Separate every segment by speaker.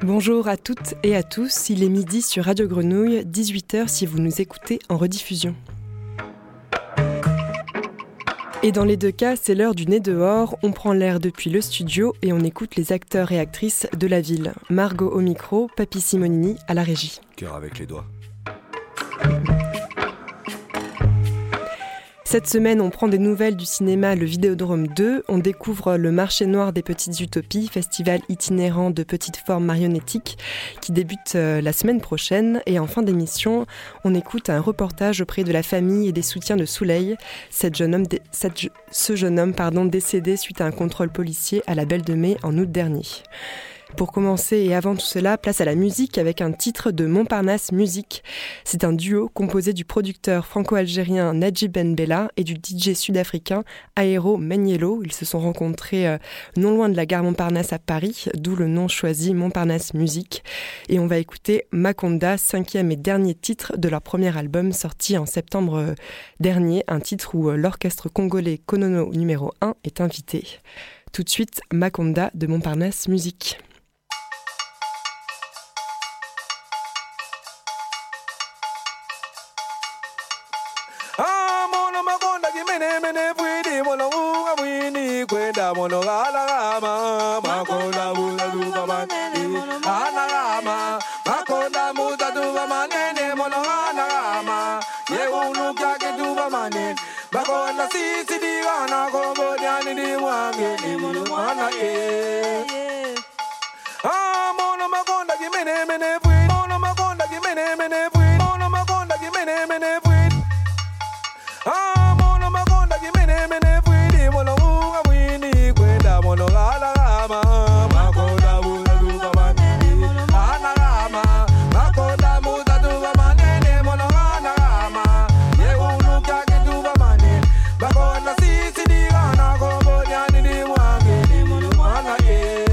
Speaker 1: Bonjour à toutes et à tous, il est midi sur Radio Grenouille, 18h si vous nous écoutez en rediffusion. Et dans les deux cas, c'est l'heure du nez dehors, on prend l'air depuis le studio et on écoute les acteurs et actrices de la ville. Margot au micro, Papy Simonini à la régie.
Speaker 2: Cœur avec les doigts.
Speaker 1: Cette semaine, on prend des nouvelles du cinéma Le Vidéodrome 2, on découvre le Marché Noir des Petites Utopies, festival itinérant de petites formes marionnettiques qui débute la semaine prochaine. Et en fin d'émission, on écoute un reportage auprès de la famille et des soutiens de Souley, ce jeune homme décédé suite à un contrôle policier à la Belle de Mai en août dernier. Pour commencer et avant tout cela, place à la musique avec un titre de Montparnasse Musique. C'est un duo composé du producteur franco-algérien Najib Ben Bella et du DJ sud-africain Aero Maniello. Ils se sont rencontrés non loin de la gare Montparnasse à Paris, d'où le nom choisi Montparnasse Musique. Et on va écouter Makonda, 5e et dernier titre de leur premier album sorti en septembre dernier, un titre où l'orchestre congolais Konono numéro 1 est invité. Tout de suite, Makonda de Montparnasse Musique.
Speaker 3: Mene pwidi mono unga mwini kwenda mono alagama makonda muda duba manene alagama makonda muda duba manene mono alagama ye unu kyake duba manene makonda sisi digana kombo nyani di mwange ni mono mwana ye mono makonda mene pwidi mono makonda mene pwidi mono makonda mene pwidi mene pwidi mono unga mwini kwenda mono alagama makonda muda duba manene alagama makonda muda duba manene mono alagama ye unu kyake duba manene makonda sisi digana kombo nyani di mwange ni mono mwana ye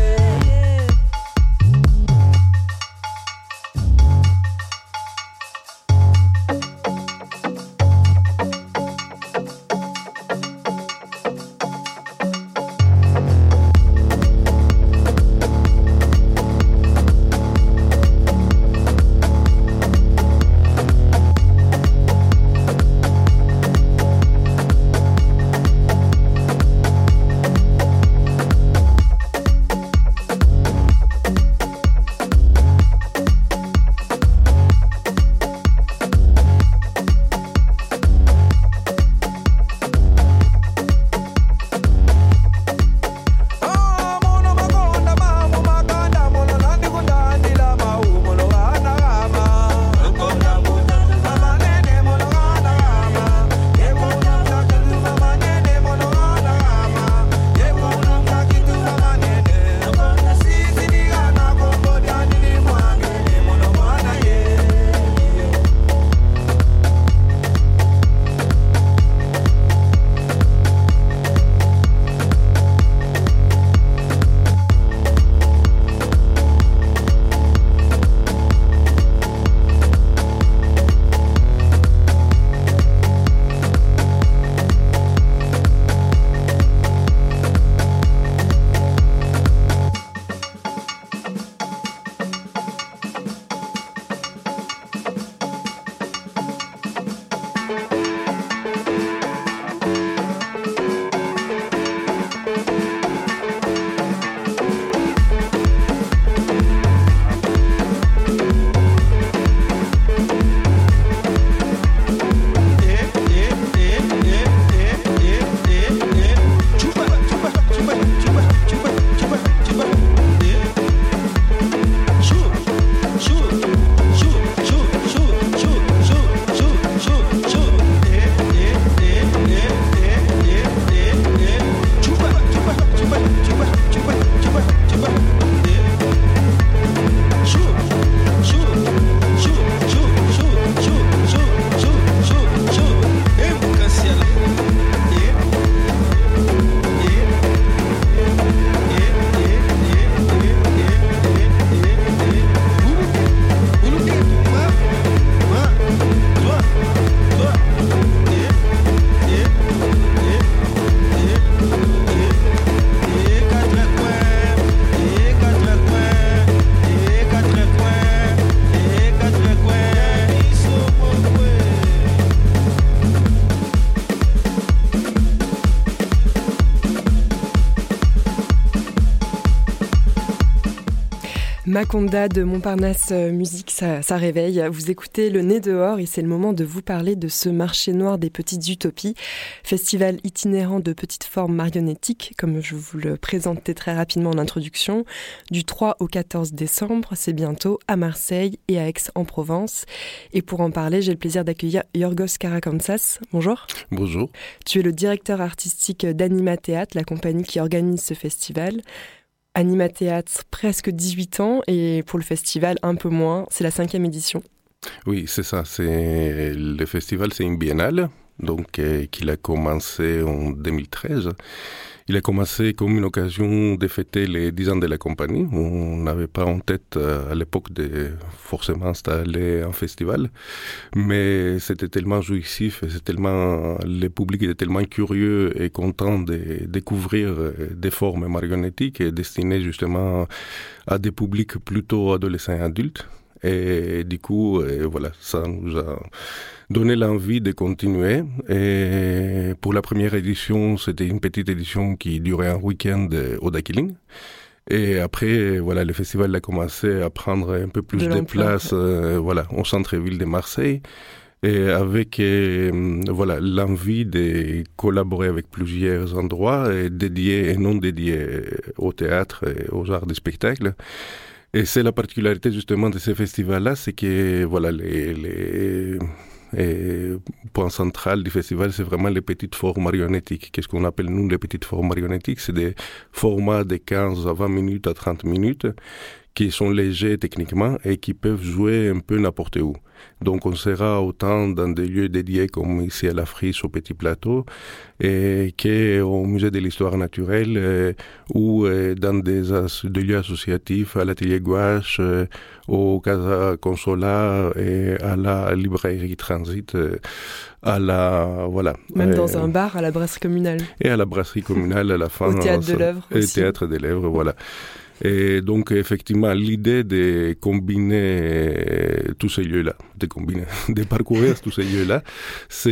Speaker 1: Maconda de Montparnasse Musique, ça réveille. Vous écoutez Le Nez dehors et c'est le moment de vous parler de ce marché noir des petites utopies, festival itinérant de petites formes marionnettiques, comme je vous le présentais très rapidement en introduction, du 3 au 14 décembre, c'est bientôt à Marseille et à Aix-en-Provence. Et pour en parler, j'ai le plaisir d'accueillir Yorgos Karakansas. Bonjour.
Speaker 2: Bonjour.
Speaker 1: Tu es le directeur artistique d'Anima Théâtre, la compagnie qui organise ce festival. Anima Théâtre, presque 18 ans, et pour le festival, un peu moins. C'est la 5e édition.
Speaker 2: Oui, c'est ça. Le festival, c'est une biennale, donc qu'il a commencé en 2013. Il a commencé comme une occasion de fêter les 10 ans de la compagnie. On n'avait pas en tête à l'époque de forcément installer un festival, mais c'était tellement jouissif, le public était tellement curieux et content de découvrir des formes marionnettiques destinées justement à des publics plutôt adolescents et adultes. Et du coup, voilà, ça nous a donné l'envie de continuer. Et pour la première édition, c'était une petite édition qui durait un week-end au Dakiling. Et après, voilà, le festival a commencé à prendre un peu plus de place, voilà, au centre-ville de Marseille. Et avec voilà, l'envie de collaborer avec plusieurs endroits dédiés et non dédiés au théâtre et aux arts du spectacle. Et c'est la particularité justement de ces festivals-là, c'est que voilà, les points central du festival, c'est vraiment les petites formes marionnettiques. Qu'est-ce qu'on appelle nous les petites formes marionnettiques? C'est des formats de 15 à 20 minutes à 30 minutes qui sont légers techniquement et qui peuvent jouer un peu n'importe où. Donc on sera autant dans des lieux dédiés comme ici à la Frise, au Petit Plateau, et qu'au Musée de l'Histoire naturelle, ou dans des lieux associatifs, à l'Atelier Gouache, au Casa Consola, et à la librairie Transit, voilà.
Speaker 1: Même dans un bar, à la brasserie communale.
Speaker 2: Et à la brasserie communale à la fin.
Speaker 1: Au Théâtre de l'Œuvre aussi.
Speaker 2: Et Théâtre de l'Œuvre, voilà. Et donc, effectivement, l'idée de combiner tous ces lieux-là, de parcourir tous ces lieux-là, c'est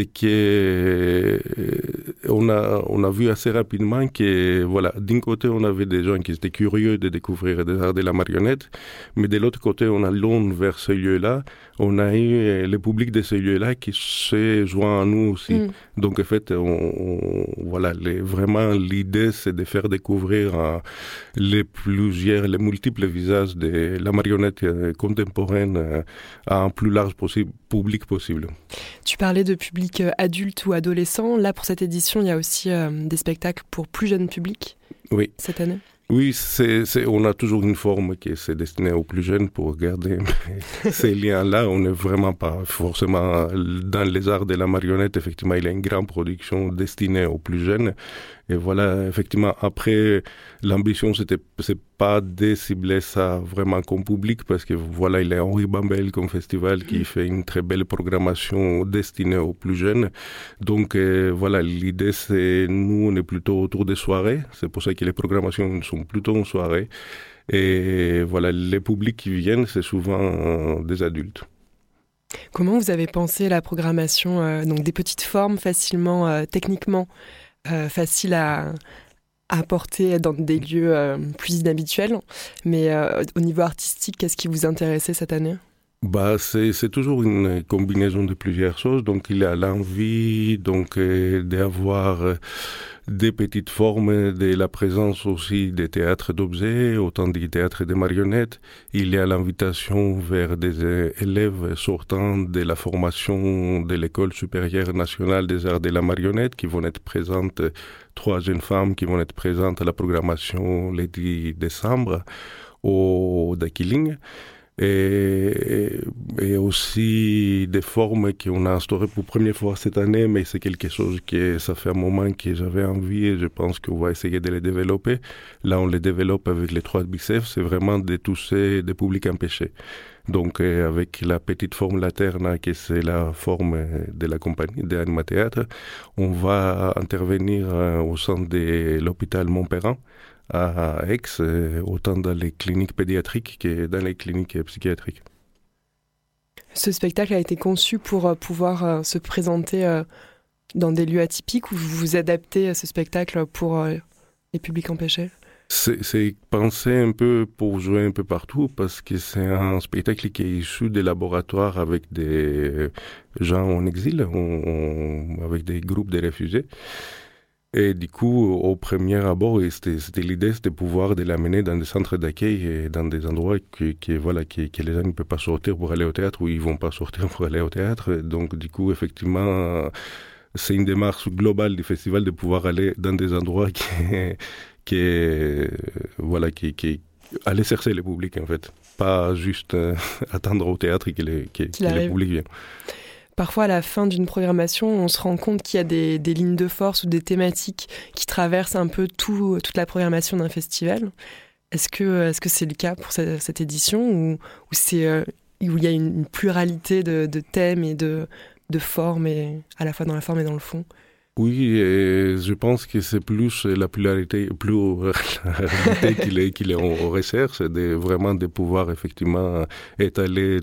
Speaker 2: que on a vu assez rapidement que, voilà, d'un côté, on avait des gens qui étaient curieux de découvrir des arts de la marionnette, mais de l'autre côté, on a l'onde vers ces lieux-là, on a eu le public de ces lieux-là qui s'est joint à nous aussi. Donc, en fait, voilà, vraiment, l'idée, c'est de faire découvrir les multiples visages de la marionnette contemporaine à un plus large public possible.
Speaker 1: Tu parlais de public adulte ou adolescent. Là, pour cette édition, il y a aussi des spectacles pour plus jeunes publics.
Speaker 2: Oui.
Speaker 1: Cette année.
Speaker 2: Oui, on a toujours une forme qui est destinée aux plus jeunes pour garder ces liens-là. On n'est vraiment pas forcément dans les arts de la marionnette. Effectivement, il y a une grande production destinée aux plus jeunes. Et voilà, effectivement, après, l'ambition, c'est pas de cibler ça vraiment comme public parce que voilà, il y a Henri Bambel comme festival qui fait une très belle programmation destinée aux plus jeunes. Donc, voilà, l'idée, c'est, nous, on est plutôt autour des soirées. C'est pour ça que les programmations sont plutôt en soirée. Et voilà, les publics qui viennent, c'est souvent des adultes.
Speaker 1: Comment vous avez pensé la programmation, donc des petites formes facilement, techniquement, facile à apporter dans des lieux plus inhabituels, mais au niveau artistique, qu'est-ce qui vous intéressait cette année ?
Speaker 2: C'est toujours une combinaison de plusieurs choses. Donc il y a l'envie d'avoir des petites formes, de la présence aussi des théâtres d'objets, autant des théâtres de marionnettes. Il y a l'invitation vers des élèves sortant de la formation de l'École supérieure nationale des arts de la marionnette qui vont être présentes, 3 jeunes femmes qui vont être présentes à la programmation le 10 décembre au Dakiling. Et aussi des formes qu'on a instaurées pour la première fois cette année, mais c'est quelque chose que ça fait un moment que j'avais envie et je pense qu'on va essayer de les développer. Là, on les développe avec les 3 biceps, c'est vraiment de toucher des publics empêchés. Donc, avec la petite forme Laterna, qui c'est la forme de la compagnie d'Anima Théâtre, on va intervenir au sein de l'hôpital Montperran, à Aix, autant dans les cliniques pédiatriques que dans les cliniques psychiatriques.
Speaker 1: Ce spectacle a été conçu pour pouvoir se présenter dans des lieux atypiques ou vous vous adaptez à ce spectacle pour les publics empêchés ?
Speaker 2: C'est pensé un peu pour jouer un peu partout parce que c'est un spectacle qui est issu des laboratoires avec des gens en exil, avec des groupes de réfugiés. Et du coup, au premier abord, c'était l'idée, c'était de l'amener dans des centres d'accueil et dans des endroits que les gens ne peuvent pas sortir pour aller au théâtre ou ils ne vont pas sortir pour aller au théâtre. Donc, du coup, effectivement, c'est une démarche globale du festival de pouvoir aller dans des endroits qui aller chercher le public, en fait. Pas juste attendre au théâtre que le public vienne.
Speaker 1: Parfois, à la fin d'une programmation, on se rend compte qu'il y a des lignes de force ou des thématiques qui traversent un peu toute la programmation d'un festival. Est-ce que c'est le cas pour cette édition où il y a une pluralité de thèmes et de formes, et à la fois dans la forme et dans le fond?
Speaker 2: Oui, et je pense que c'est plus la pluralité qu'il est en recherche, de pouvoir effectivement étaler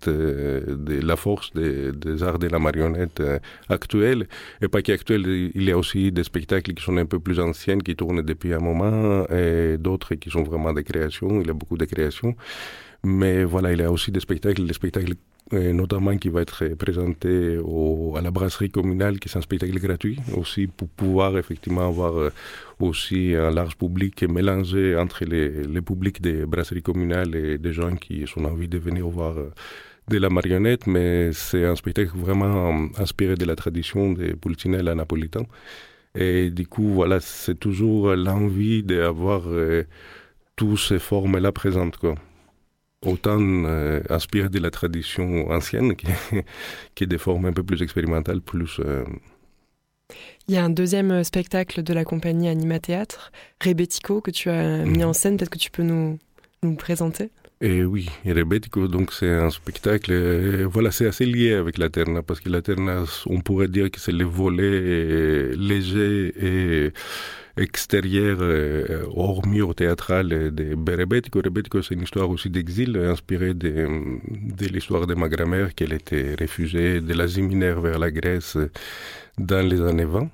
Speaker 2: la force des arts de la marionnette actuelle. Et pas qu'actuelle, il y a aussi des spectacles qui sont un peu plus anciens, qui tournent depuis un moment, et d'autres qui sont vraiment des créations. Il y a beaucoup de créations. Mais voilà, il y a aussi des spectacles notamment qui va être présenté à la brasserie communale, qui est un spectacle gratuit aussi, pour pouvoir effectivement avoir aussi un large public mélangé entre les publics des brasseries communales et des gens qui ont envie de venir voir de la marionnette. Mais c'est un spectacle vraiment inspiré de la tradition des pulcinella napolitains. Et du coup, voilà, c'est toujours l'envie d'avoir toutes ces formes-là présentes, quoi. Autant inspiré de la tradition ancienne qui est des formes un peu plus expérimentales, plus...
Speaker 1: Il y a un deuxième spectacle de la compagnie Anima Théâtre, Rebetiko, que tu as mis en scène. Peut-être que tu peux nous le présenter?
Speaker 2: Et oui, Rebetiko, donc c'est un spectacle, c'est assez lié avec la Terna, parce que la Terna, on pourrait dire que c'est le volet léger et extérieur, hors mur théâtral de Rebetiko. Rebetiko, c'est une histoire aussi d'exil, inspirée de l'histoire de ma grand-mère, qu'elle était réfugiée de l'Asie mineure vers la Grèce dans les années 20.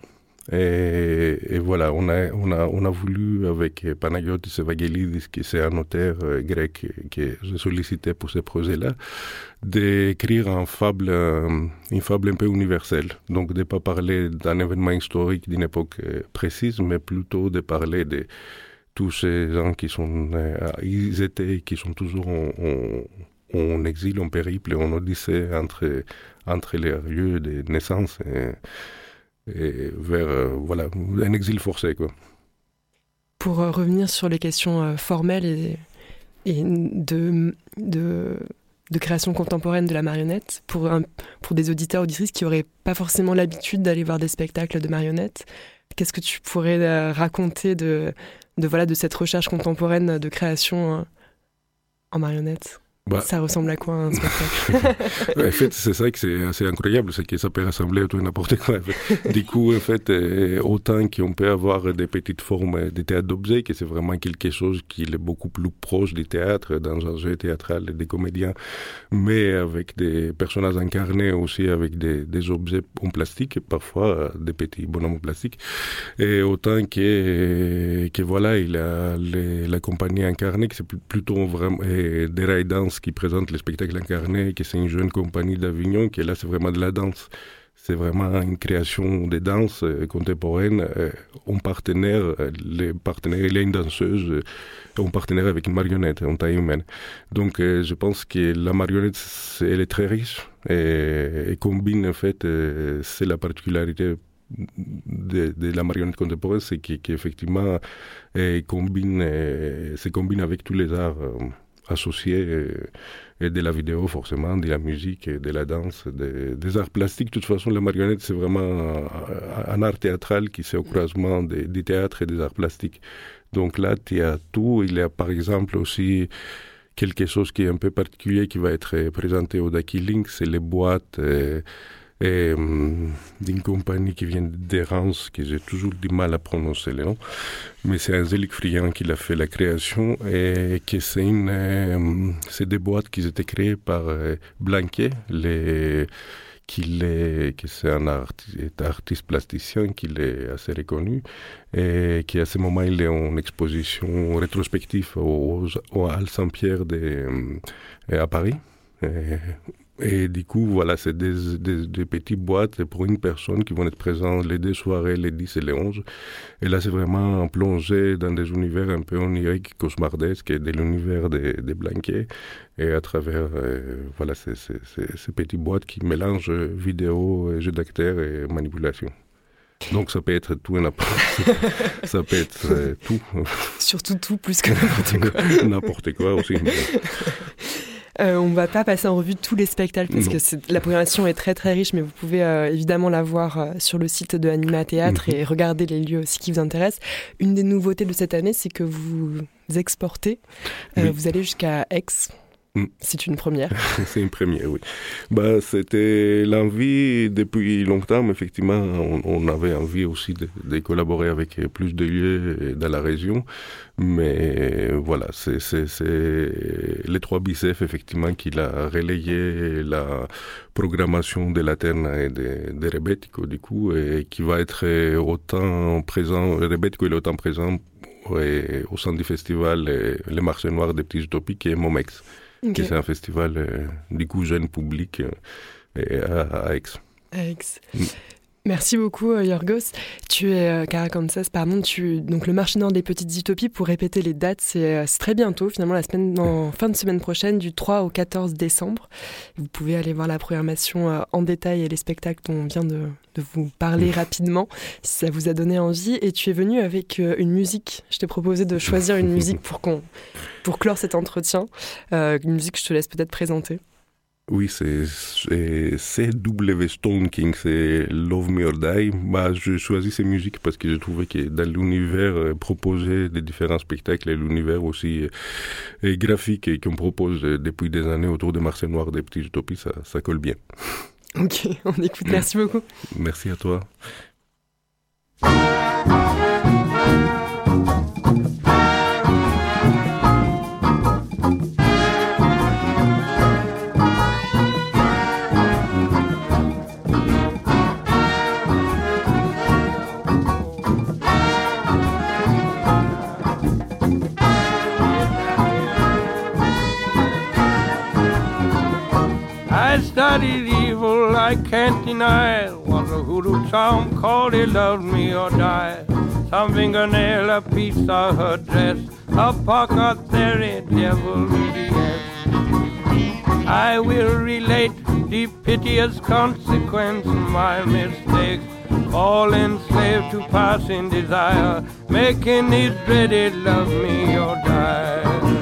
Speaker 2: Et voilà, on a voulu, avec Panagiotis Evangelidis, qui c'est un auteur grec que j'ai sollicité pour ce projet-là, d'écrire une fable un peu universelle. Donc de ne pas parler d'un événement historique d'une époque précise, mais plutôt de parler de tous ces gens qui sont toujours en exil, en périple, en odyssée entre les lieux de naissance et vers un exil forcé, quoi.
Speaker 1: Pour revenir sur les questions formelles et de création contemporaine de la marionnette, pour des auditeurs, auditrices qui n'auraient pas forcément l'habitude d'aller voir des spectacles de marionnettes, qu'est-ce que tu pourrais raconter de cette recherche contemporaine de création en marionnette? Ça ressemble à quoi, un spectacle?
Speaker 2: En fait, c'est ça que c'est assez incroyable, c'est que ça peut ressembler à tout et n'importe quoi. Du coup, en fait, autant qu'on peut avoir des petites formes de théâtre d'objets, que c'est vraiment quelque chose qui est beaucoup plus proche du théâtre, dans un jeu théâtral des comédiens, mais avec des personnages incarnés aussi, avec des objets en plastique, parfois des petits bonhommes en plastique. Et autant que voilà, il a la compagnie incarnée, que c'est plutôt vraiment des rails danse qui présente les spectacles incarnés, que c'est une jeune compagnie d'Avignon, qui là c'est vraiment de la danse. C'est vraiment une création de danse contemporaine. En partenaire, il y a une danseuse en partenaire avec une marionnette en taille humaine. Donc je pense que la marionnette, elle est très riche et combine, en fait, c'est la particularité de la marionnette contemporaine, c'est qu'effectivement se combine avec tous les arts associés et de la vidéo forcément, de la musique, de la danse, des arts plastiques. De toute façon, la marionnette, c'est vraiment un art théâtral qui c'est au croisement du théâtre et des arts plastiques. Donc là, il y a tout. Il y a par exemple aussi quelque chose qui est un peu particulier qui va être présenté au Daki Link, c'est les boîtes d'une compagnie qui vient d'Errance, que j'ai toujours du mal à prononcer le nom, mais c'est Angélique Friand qui l'a fait la création, et que c'est des boîtes qui étaient créées par Blanquet, que c'est un artiste plasticien, qu'il est assez reconnu, et qu'à ce moment, il est en exposition rétrospective au Halles Saint-Pierre à Paris. Et du coup, voilà, c'est des petites boîtes pour une personne qui vont être présentes les 2 soirées, les 10 et les 11. Et là, c'est vraiment plongé dans des univers un peu oniriques, cauchemardesques, de l'univers des Blanquets. Et à travers voilà, ces petites boîtes qui mélangent vidéo, jeux d'acteurs et manipulation. Donc ça peut être tout et n'importe ça peut être tout.
Speaker 1: Surtout tout, plus que n'importe quoi.
Speaker 2: N'importe quoi aussi.
Speaker 1: On ne va pas passer en revue tous les spectacles parce que la programmation est très très riche, mais vous pouvez évidemment la voir sur le site de Anima Théâtre et regarder les lieux aussi qui vous intéressent. Une des nouveautés de cette année, c'est que vous exportez. Vous allez jusqu'à Aix. C'est une première.
Speaker 2: C'est une première, oui. C'était l'envie depuis longtemps, mais effectivement, on avait envie aussi de collaborer avec plus de lieux dans la région. Mais voilà, c'est les 3 Bicef, effectivement, qui a relayé la programmation de la Terna et de Rebetiko, du coup, et qui va être autant présent, Rebetiko est autant présent au sein du festival Les Marchés Noirs des Petites Utopies et Momex. Okay. C'est un festival du coup jeune public à Aix.
Speaker 1: Merci beaucoup Yorgos. Tu es Caracansas, pardon. Donc le Marché Nord des Petites Utopies, pour répéter les dates, c'est très bientôt, finalement en fin de semaine prochaine, du 3 au 14 décembre. Vous pouvez aller voir la programmation en détail et les spectacles dont on vient de vous parler rapidement, si ça vous a donné envie. Et tu es venu avec une musique. Je t'ai proposé de choisir une musique pour clore cet entretien. Une musique que je te laisse peut-être présenter.
Speaker 2: Oui, c'est C.W. Stone King, c'est Love Me or Die. Je choisis ces musiques parce que je trouvais que dans l'univers proposé des différents spectacles et l'univers aussi graphique qu'on propose depuis des années autour des Marchés Noirs des Petites Utopies, ça colle bien.
Speaker 1: Ok, on écoute. Merci beaucoup.
Speaker 2: Merci à toi.
Speaker 4: I studied evil, I can't deny. Was a hoodoo charm called He Loved Me or Die. Some fingernail, a piece of her dress, a pocket theory, devil yes. I will relate the piteous consequence of my mistakes. All enslaved to passing desire, making it dreaded love me or die.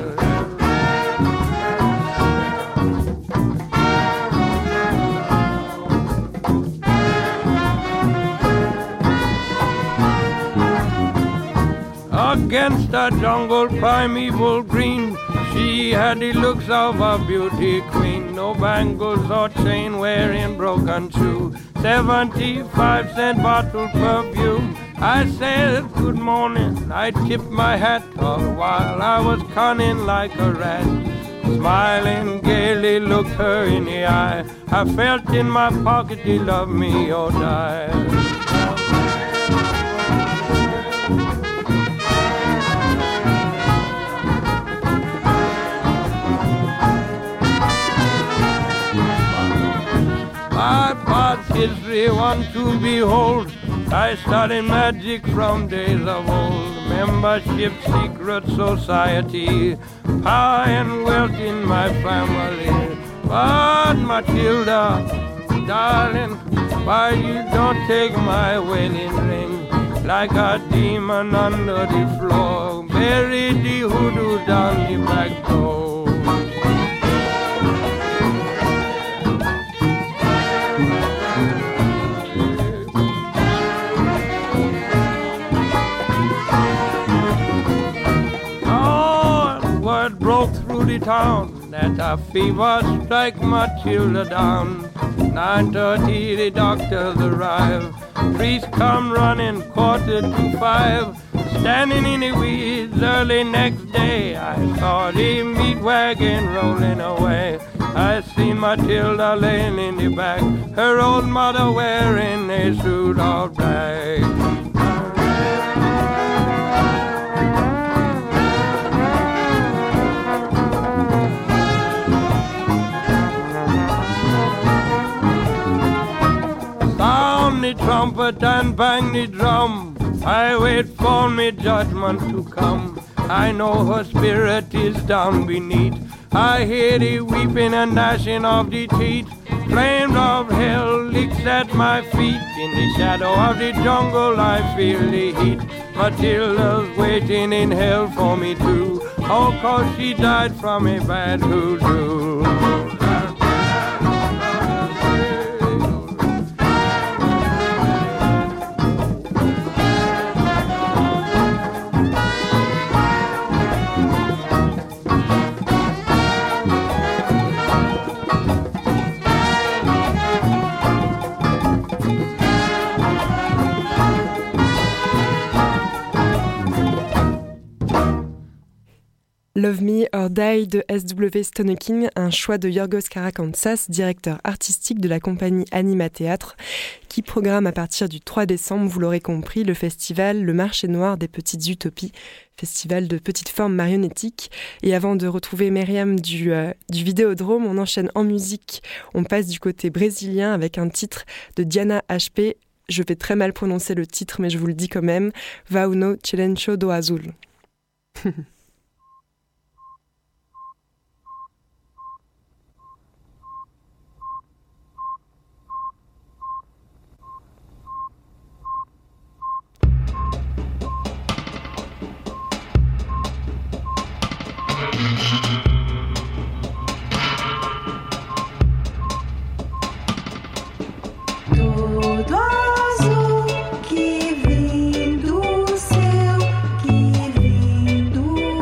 Speaker 4: Against a jungle primeval green, she had the looks of a beauty queen. No bangles or chain wearing broken shoe, 75-cent bottle perfume. I said good morning, I tipped my hat all while I was cunning like a rat. Smiling gaily looked her in the eye, I felt in my pocket he loved me or die. My past history one to behold. I studied magic from days of old. Membership, secret society, power and wealth in my family. But Matilda, darling, why you don't take my wedding ring? Like a demon under the floor, bury the hoodoo down the back door. Broke through the town that a fever strike Matilda down. 9:30 the doctors arrive. Priest come running 4:45. Standing in the weeds early next day, I saw the meat wagon rolling away. I see Matilda laying in the back, her old mother wearing a suit of black. Sound the trumpet and bang the drum, I wait for me judgment to come. I know her spirit is down beneath, I hear the weeping and gnashing of the teeth. Flames of hell licks at my feet. In the shadow of the jungle I feel the heat. Matilda's waiting in hell for me too. Oh, 'cause she died from a bad hoodoo.
Speaker 1: Love Me or Die de S.W. Stoneking, un choix de Yorgos Karakantzas, directeur artistique de la compagnie Anima Théâtre, qui programme à partir du 3 décembre, vous l'aurez compris, le festival Le Marché Noir des Petites Utopies, festival de petites formes marionnettiques. Et avant de retrouver Myriam du Vidéodrome, on enchaîne en musique. On passe du côté brésilien avec un titre de Diana HP. Je vais très mal prononcer le titre, mais je vous le dis quand même. Vai no Chilencho do Azul.
Speaker 5: Todo azul que vem do céu, que vem do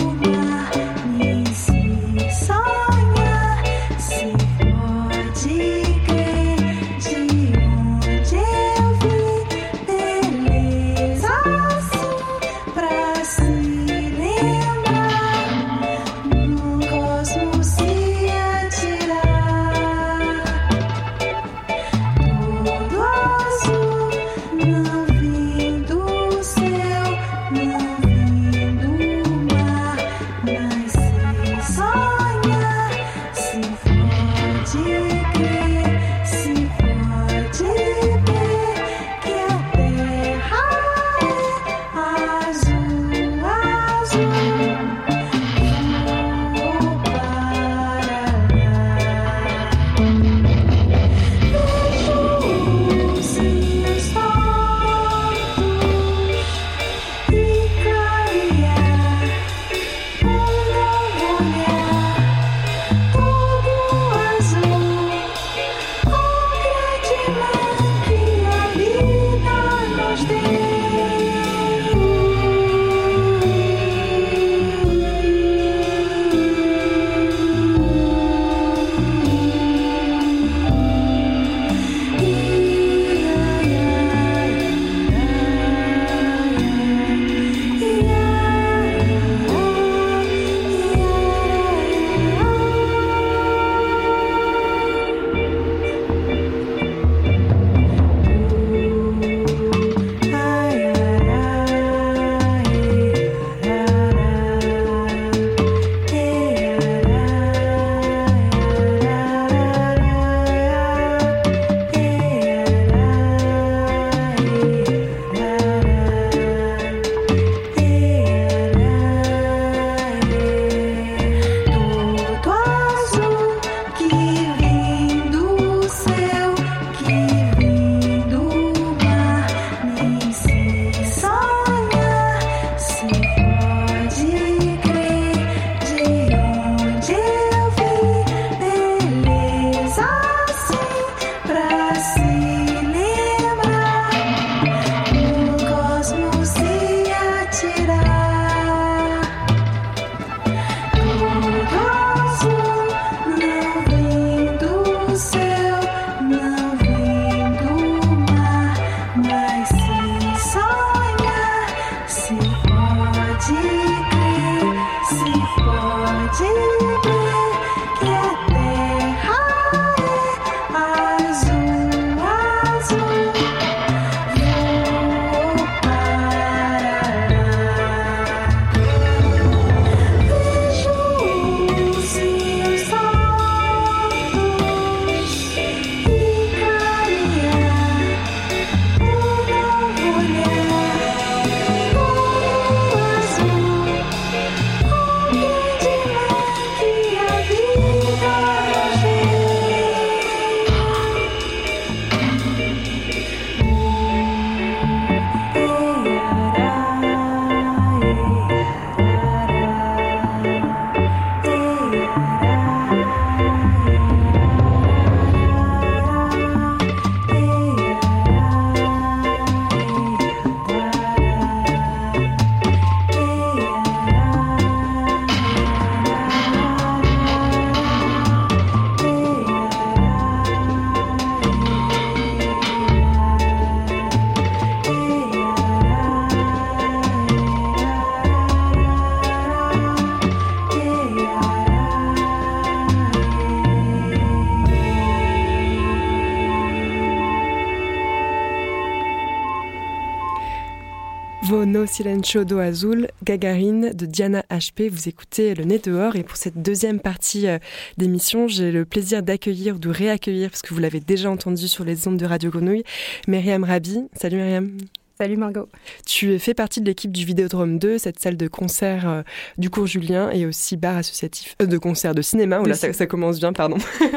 Speaker 1: Vos No Silencio do Azul, Gagarine de Diana HP. Vous écoutez Le Nez dehors et pour cette deuxième partie d'émission, j'ai le plaisir d'accueillir ou de réaccueillir, parce que vous l'avez déjà entendu sur les ondes de Radio Grenouille, Myriam Rabi. Salut Myriam.
Speaker 5: Salut Margot.
Speaker 1: Tu fais partie de l'équipe du Vidéodrome 2, cette salle de concert du cours Julien et aussi bar associatif de concert de cinéma. Ça commence bien, pardon.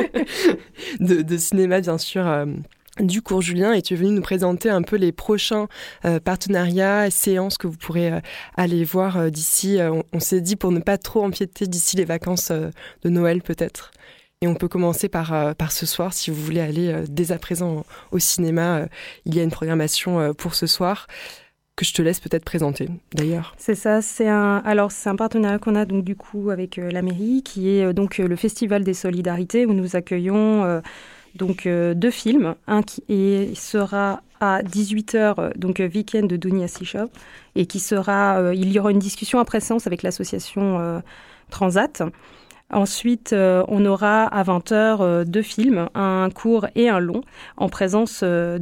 Speaker 1: de cinéma bien sûr. Du cours Julien, et tu es venu nous présenter un peu les prochains partenariats, séances que vous pourrez aller voir d'ici. On s'est dit pour ne pas trop empiéter d'ici les vacances de Noël peut-être. Et on peut commencer par ce soir, si vous voulez aller dès à présent au cinéma. Il y a une programmation pour ce soir que je te laisse peut-être présenter d'ailleurs.
Speaker 5: C'est ça, c'est un partenariat qu'on a donc du coup avec la mairie, qui est donc le Festival des Solidarités, où nous accueillons deux films. Un qui sera à 18h, donc Week-end de Dunia Sishop, et qui sera, il y aura une discussion après séance avec l'association Transat. Ensuite, on aura à 20h 2 films, un court et un long, en présence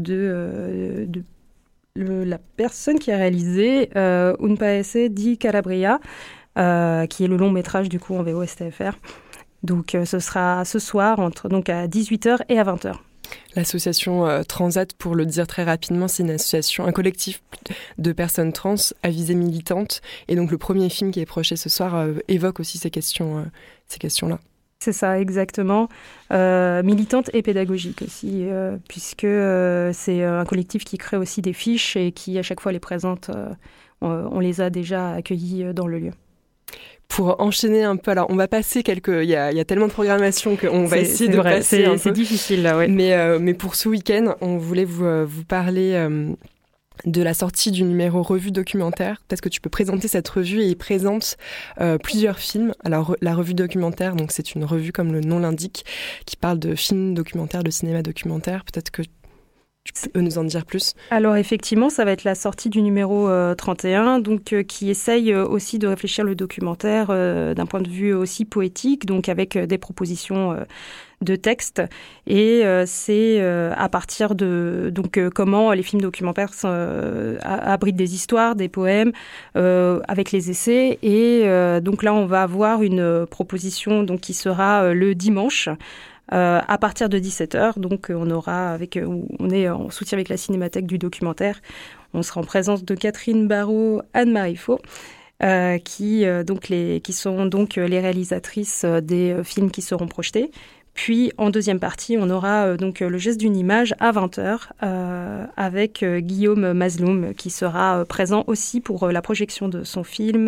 Speaker 5: de la personne qui a réalisé Un Paese di Calabria, qui est le long métrage du coup en VO-STFR. Donc ce sera ce soir donc à 18h et à 20h.
Speaker 1: L'association Transat, pour le dire très rapidement, c'est une association, un collectif de personnes trans à visée militante. Et donc le premier film qui est projeté ce soir évoque aussi ces questions-là.
Speaker 5: C'est ça, exactement. Militante et pédagogique aussi, puisque c'est un collectif qui crée aussi des fiches et qui à chaque fois les présente. On les a déjà accueillis dans le lieu.
Speaker 1: Pour enchaîner un peu, alors on va passer il y a tellement de programmation qu'on va essayer de passer un peu.
Speaker 5: C'est difficile là, ouais.
Speaker 1: Mais pour ce week-end, on voulait vous parler de la sortie du numéro revue documentaire. Peut-être que tu peux présenter cette revue, et il présente plusieurs films. Alors la revue documentaire, donc c'est une revue comme le nom l'indique, qui parle de films documentaires, de cinéma documentaire. Peut-être que tu peux nous en dire plus?
Speaker 5: Alors effectivement, ça va être la sortie du numéro 31, donc qui essaye aussi de réfléchir le documentaire d'un point de vue aussi poétique, donc avec des propositions de textes. Et c'est à partir de comment les films documentaires abritent des histoires, des poèmes, avec les essais. Et donc là, on va avoir une proposition donc qui sera le dimanche. À partir de 17h, donc on est en soutien avec la Cinémathèque du documentaire. On sera en présence de Catherine Barraud, Anne-Marie Faux, qui sont donc les réalisatrices des films qui seront projetés. Puis en deuxième partie, on aura donc le geste d'une image à 20h avec Guillaume Mazloum, qui sera présent aussi pour la projection de son film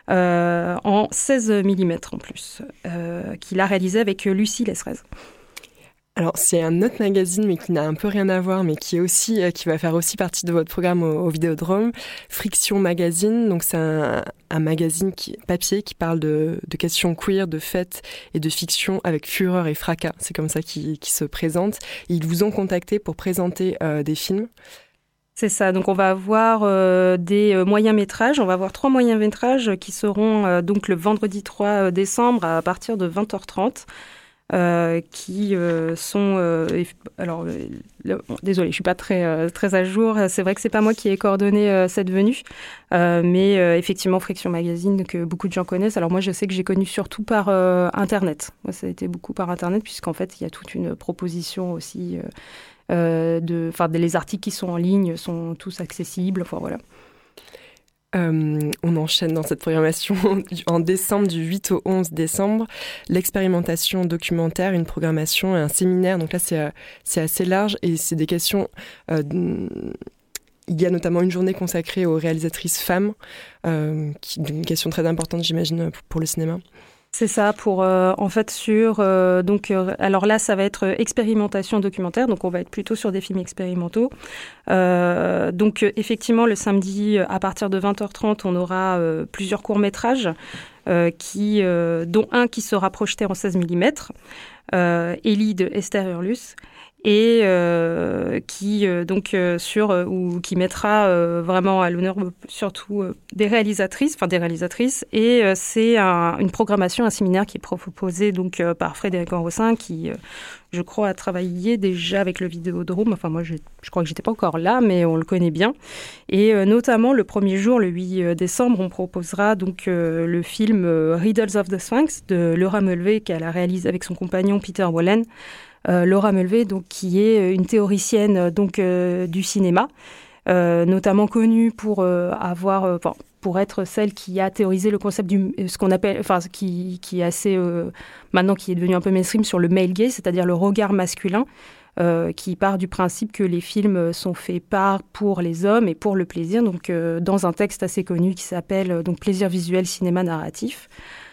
Speaker 5: en 16 mm en plus, qu'il a réalisé avec Lucie Lesrez.
Speaker 1: Alors, c'est un autre magazine, mais qui n'a un peu rien à voir, mais qui va faire aussi partie de votre programme au Vidéodrome, Friction Magazine. Donc, c'est un magazine papier qui parle de questions queer, de fêtes et de fiction avec fureur et fracas. C'est comme ça qu'ils se présentent. Et ils vous ont contacté pour présenter des films.
Speaker 5: C'est ça. Donc, on va avoir des moyens métrages. On va avoir 3 moyens métrages qui seront donc le vendredi 3 décembre à partir de 20h30. Qui sont désolée, je suis pas très à jour. C'est vrai que c'est pas moi qui ai coordonné cette venue, mais effectivement Friction Magazine que beaucoup de gens connaissent. Alors moi je sais que j'ai connu surtout par internet. Moi ça a été beaucoup par internet, puisqu'en fait il y a toute une proposition aussi les articles qui sont en ligne sont tous accessibles. Enfin voilà.
Speaker 1: On enchaîne dans cette programmation en décembre, du 8 au 11 décembre, l'expérimentation documentaire, une programmation et un séminaire. Donc là, c'est assez large et c'est des questions... il y a notamment une journée consacrée aux réalisatrices femmes, une question très importante, j'imagine, pour le cinéma.
Speaker 5: C'est ça, pour alors là ça va être expérimentation documentaire, donc on va être plutôt sur des films expérimentaux. Donc effectivement le samedi à partir de 20h30 on aura plusieurs courts-métrages dont un qui sera projeté en 16 mm, Ellie de Esther Hurlus, et qui qui mettra vraiment à l'honneur surtout des réalisatrices, et c'est une programmation, un séminaire qui est proposé donc par Frédéric Orossin qui je crois a travaillé déjà avec le Vidéodrome. Enfin moi je crois que j'étais pas encore là, mais on le connaît bien. Et notamment le premier jour, le 8 décembre, on proposera donc le film Riddles of the Sphinx de Laura Mulvey qu'elle a réalisé avec son compagnon Peter Wollen. Laura Mulvey, donc, qui est une théoricienne du cinéma, notamment connue pour pour être celle qui a théorisé le concept ce qu'on appelle, qui est assez maintenant qui est devenu un peu mainstream sur le male gaze, c'est-à-dire le regard masculin, qui part du principe que les films sont faits pour les hommes et pour le plaisir. Donc, dans un texte assez connu qui s'appelle donc Plaisir visuel, cinéma narratif.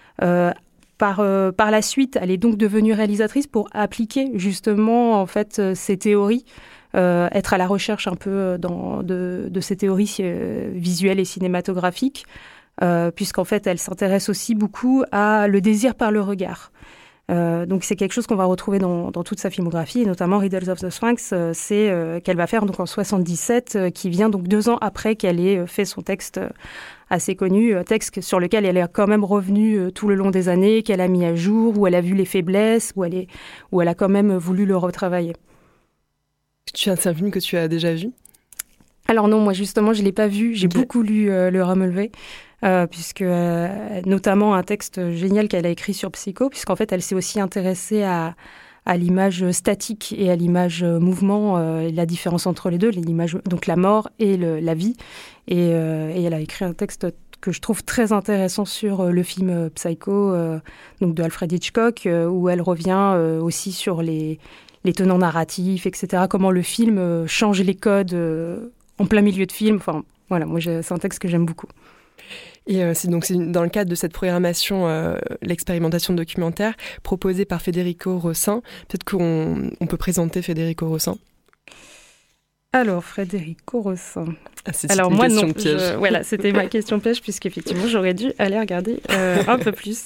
Speaker 5: Par la suite, elle est donc devenue réalisatrice pour appliquer justement en fait ces théories, être à la recherche un peu de ces théories visuelles et cinématographiques, puisqu'en fait elle s'intéresse aussi beaucoup à le désir par le regard. Donc c'est quelque chose qu'on va retrouver dans toute sa filmographie, et notamment Riddles of the Sphinx, c'est qu'elle va faire donc en 77, qui vient donc 2 ans après qu'elle ait fait son texte assez connu, texte sur lequel elle est quand même revenue tout le long des années, qu'elle a mis à jour, où elle a vu les faiblesses, où elle a quand même voulu le retravailler.
Speaker 1: C'est un film que tu as déjà vu ?
Speaker 5: Alors non, moi justement, je ne l'ai pas vu. J'ai beaucoup lu Laura Mulvey, puisque notamment un texte génial qu'elle a écrit sur Psycho, puisqu'en fait, elle s'est aussi intéressée à l'image statique et à l'image mouvement, la différence entre les deux, l'image, donc la mort et la vie. Et elle a écrit un texte que je trouve très intéressant sur le film Psycho, donc de Alfred Hitchcock, où elle revient aussi sur les tenants narratifs, etc. Comment le film change les codes en plein milieu de film. Enfin, voilà, moi, c'est un texte que j'aime beaucoup.
Speaker 1: Et c'est dans le cadre de cette programmation, l'expérimentation documentaire proposée par Federico Rossin. Peut-être qu'on peut présenter Federico Rossin.
Speaker 5: Alors, Federico Rossin.
Speaker 1: Alors moi non,
Speaker 5: voilà, c'était ma question piège, puisqu'effectivement j'aurais dû aller regarder un peu plus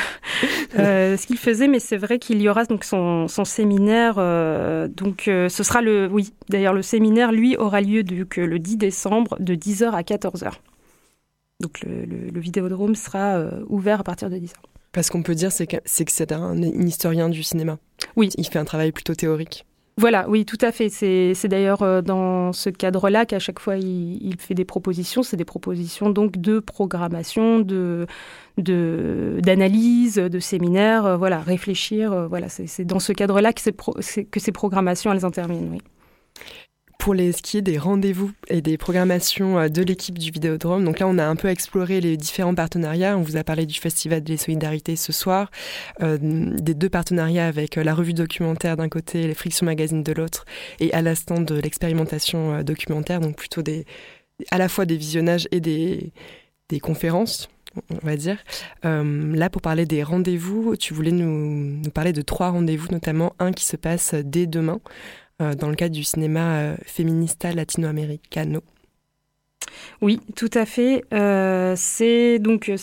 Speaker 5: ce qu'il faisait, mais c'est vrai qu'il y aura donc son séminaire, ce sera d'ailleurs le séminaire lui aura lieu le 10 décembre de 10h à 14h. Donc le Vidéodrome sera ouvert à partir de 10h.
Speaker 1: Parce qu'on peut dire c'est que c'est un historien du cinéma.
Speaker 5: Oui.
Speaker 1: Il fait un travail plutôt théorique.
Speaker 5: Voilà, oui, tout à fait. C'est d'ailleurs dans ce cadre-là qu'à chaque fois il fait des propositions. C'est des propositions donc de programmation, d'analyse, de séminaires. Voilà, réfléchir. Voilà, c'est dans ce cadre-là que ces programmations elles interviennent. Oui.
Speaker 1: Pour ce qui est des rendez-vous et des programmations de l'équipe du Vidéodrome, donc là on a un peu exploré les différents partenariats. On vous a parlé du Festival des Solidarités ce soir, des 2 partenariats avec la revue documentaire d'un côté, les Frictions Magazine de l'autre, et à l'instant de l'expérimentation documentaire, donc plutôt à la fois des visionnages et des conférences, on va dire. Là, pour parler des rendez-vous, tu voulais nous parler de 3 rendez-vous, notamment un qui se passe dès demain, dans le cadre du cinéma féminista latino-americano.
Speaker 5: Oui, tout à fait. C'est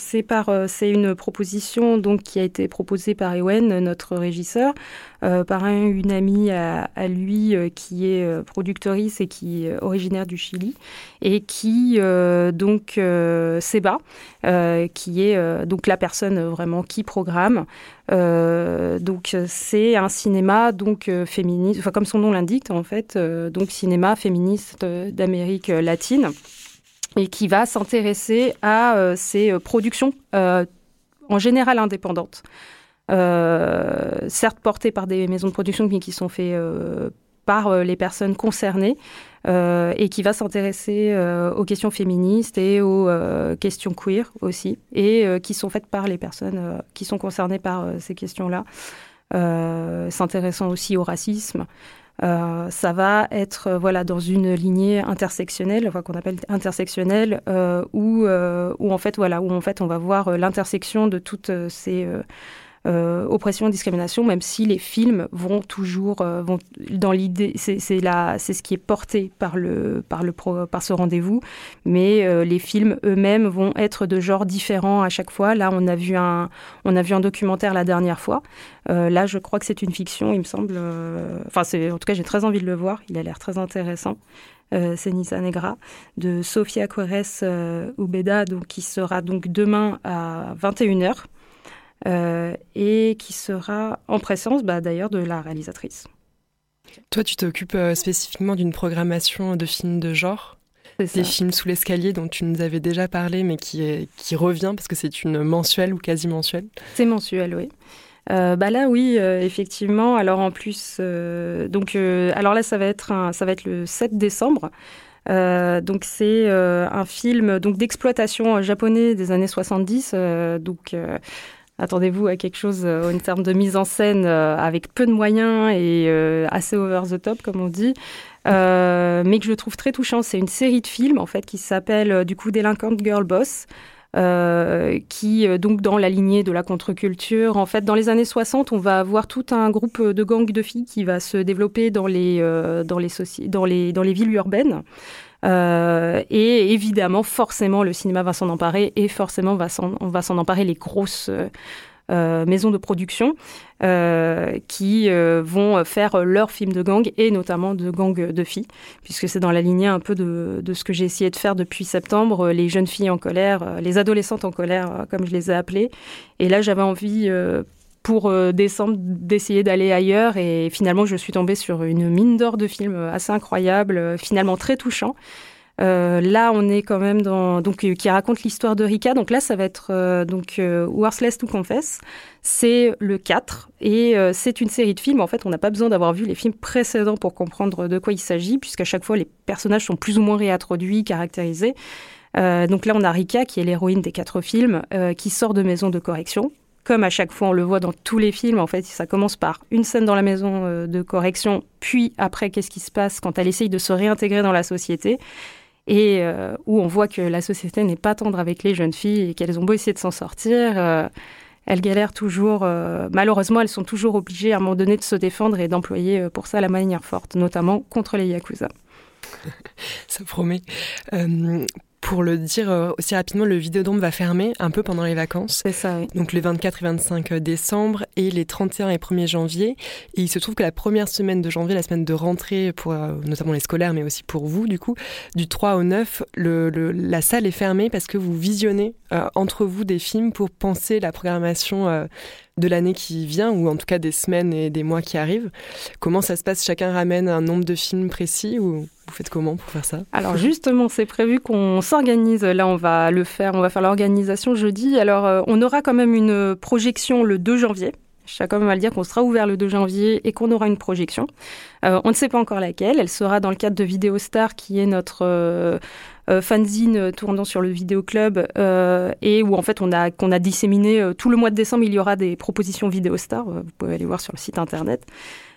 Speaker 5: une proposition donc qui a été proposée par Ewen, notre régisseur, par une amie à lui qui est productrice et qui est originaire du Chili, et qui Seba, qui est donc la personne vraiment qui programme. Donc c'est un cinéma féministe, enfin comme son nom l'indique en fait, donc cinéma féministe d'Amérique latine, et qui va s'intéresser à ces productions en général indépendantes, certes portées par des maisons de production mais qui sont faites par les personnes concernées, et qui va s'intéresser aux questions féministes et aux questions queer aussi, et qui sont faites par les personnes qui sont concernées par ces questions-là, s'intéressant aussi au racisme. Ça va être dans une lignée intersectionnelle, qu'on appelle intersectionnelle, où en fait on va voir l'intersection de toutes ces oppression, discrimination, même si les films vont toujours vont dans l'idée, c'est ce qui est porté par ce rendez-vous, mais les films eux-mêmes vont être de genres différents à chaque fois. Là, on a vu un documentaire la dernière fois. Là, je crois que c'est une fiction, il me semble. En tout cas, j'ai très envie de le voir. Il a l'air très intéressant. C'est Nisa Negra, de Sofia Corres Ubeda, donc, qui sera donc demain à 21h et qui sera en présence d'ailleurs de la réalisatrice.
Speaker 1: Toi, tu t'occupes spécifiquement d'une programmation de films de genre, des films sous l'escalier dont tu nous avais déjà parlé, mais qui revient parce que c'est une mensuelle ou quasi mensuelle. C'est
Speaker 5: mensuel, oui. Là oui, effectivement. Alors en plus, alors là ça va être le 7 décembre. Donc c'est un film d'exploitation japonais des années 70. Attendez-vous à quelque chose en termes de mise en scène avec peu de moyens et assez over the top comme on dit. Mais que je trouve très touchant. C'est une série de films en fait qui s'appelle Delinquent Girl Boss. Qui, donc dans la lignée de la contre-culture. En fait, dans les années 60, on va avoir tout un groupe de gangs de filles qui va se développer dans les villes urbaines. Et évidemment, forcément, le cinéma va s'en emparer et forcément, on va s'en emparer les grosses maisons de production qui vont faire leurs films de gang et notamment de gang de filles, puisque c'est dans la lignée un peu de ce que j'ai essayé de faire depuis septembre, les jeunes filles en colère, les adolescentes en colère, comme je les ai appelées. Et là, j'avais envie, pour décembre, d'essayer d'aller ailleurs et finalement, je suis tombée sur une mine d'or de films assez incroyable, finalement très touchant. Là, on est quand même qui raconte l'histoire de Rika. Donc là, ça va être Worthless to Confess. C'est le 4 et c'est une série de films. En fait, on n'a pas besoin d'avoir vu les films précédents pour comprendre de quoi il s'agit, puisqu'à chaque fois, les personnages sont plus ou moins réintroduits, caractérisés. Donc là, on a Rika, qui est l'héroïne des 4 films, qui sort de maison de correction. Comme à chaque fois, on le voit dans tous les films, en fait, ça commence par une scène dans la maison de correction, puis après, qu'est-ce qui se passe quand elle essaye de se réintégrer dans la société et où on voit que la société n'est pas tendre avec les jeunes filles et qu'elles ont beau essayer de s'en sortir, elles galèrent toujours. Malheureusement, elles sont toujours obligées à un moment donné de se défendre et d'employer pour ça la manière forte, notamment contre les Yakuza.
Speaker 1: Ça promet. Pour le dire aussi rapidement, le Vidéodrome va fermer un peu pendant les vacances.
Speaker 5: C'est ça, oui.
Speaker 1: Donc les 24 et 25 décembre et les 31 et 1er janvier. Et il se trouve que la première semaine de janvier, la semaine de rentrée pour notamment les scolaires, mais aussi pour vous, du coup, du 3 au 9, la salle est fermée parce que vous visionnez entre vous des films pour penser la programmation de l'année qui vient, ou en tout cas des semaines et des mois qui arrivent. Comment ça se passe ? Chacun ramène un nombre de films précis ou vous faites comment pour faire ça ?
Speaker 5: Alors justement, c'est prévu qu'on s'organise. Là, on va faire l'organisation jeudi. Alors, on aura quand même une projection le 2 janvier. Je tiens quand même à le dire qu'on sera ouvert le 2 janvier et qu'on aura une projection. On ne sait pas encore laquelle. Elle sera dans le cadre de Vidéostar, qui est notre fanzine tournant sur le vidéoclub et où en fait qu'on a disséminé tout le mois de décembre. Il y aura des propositions Vidéostar. Vous pouvez aller voir sur le site internet.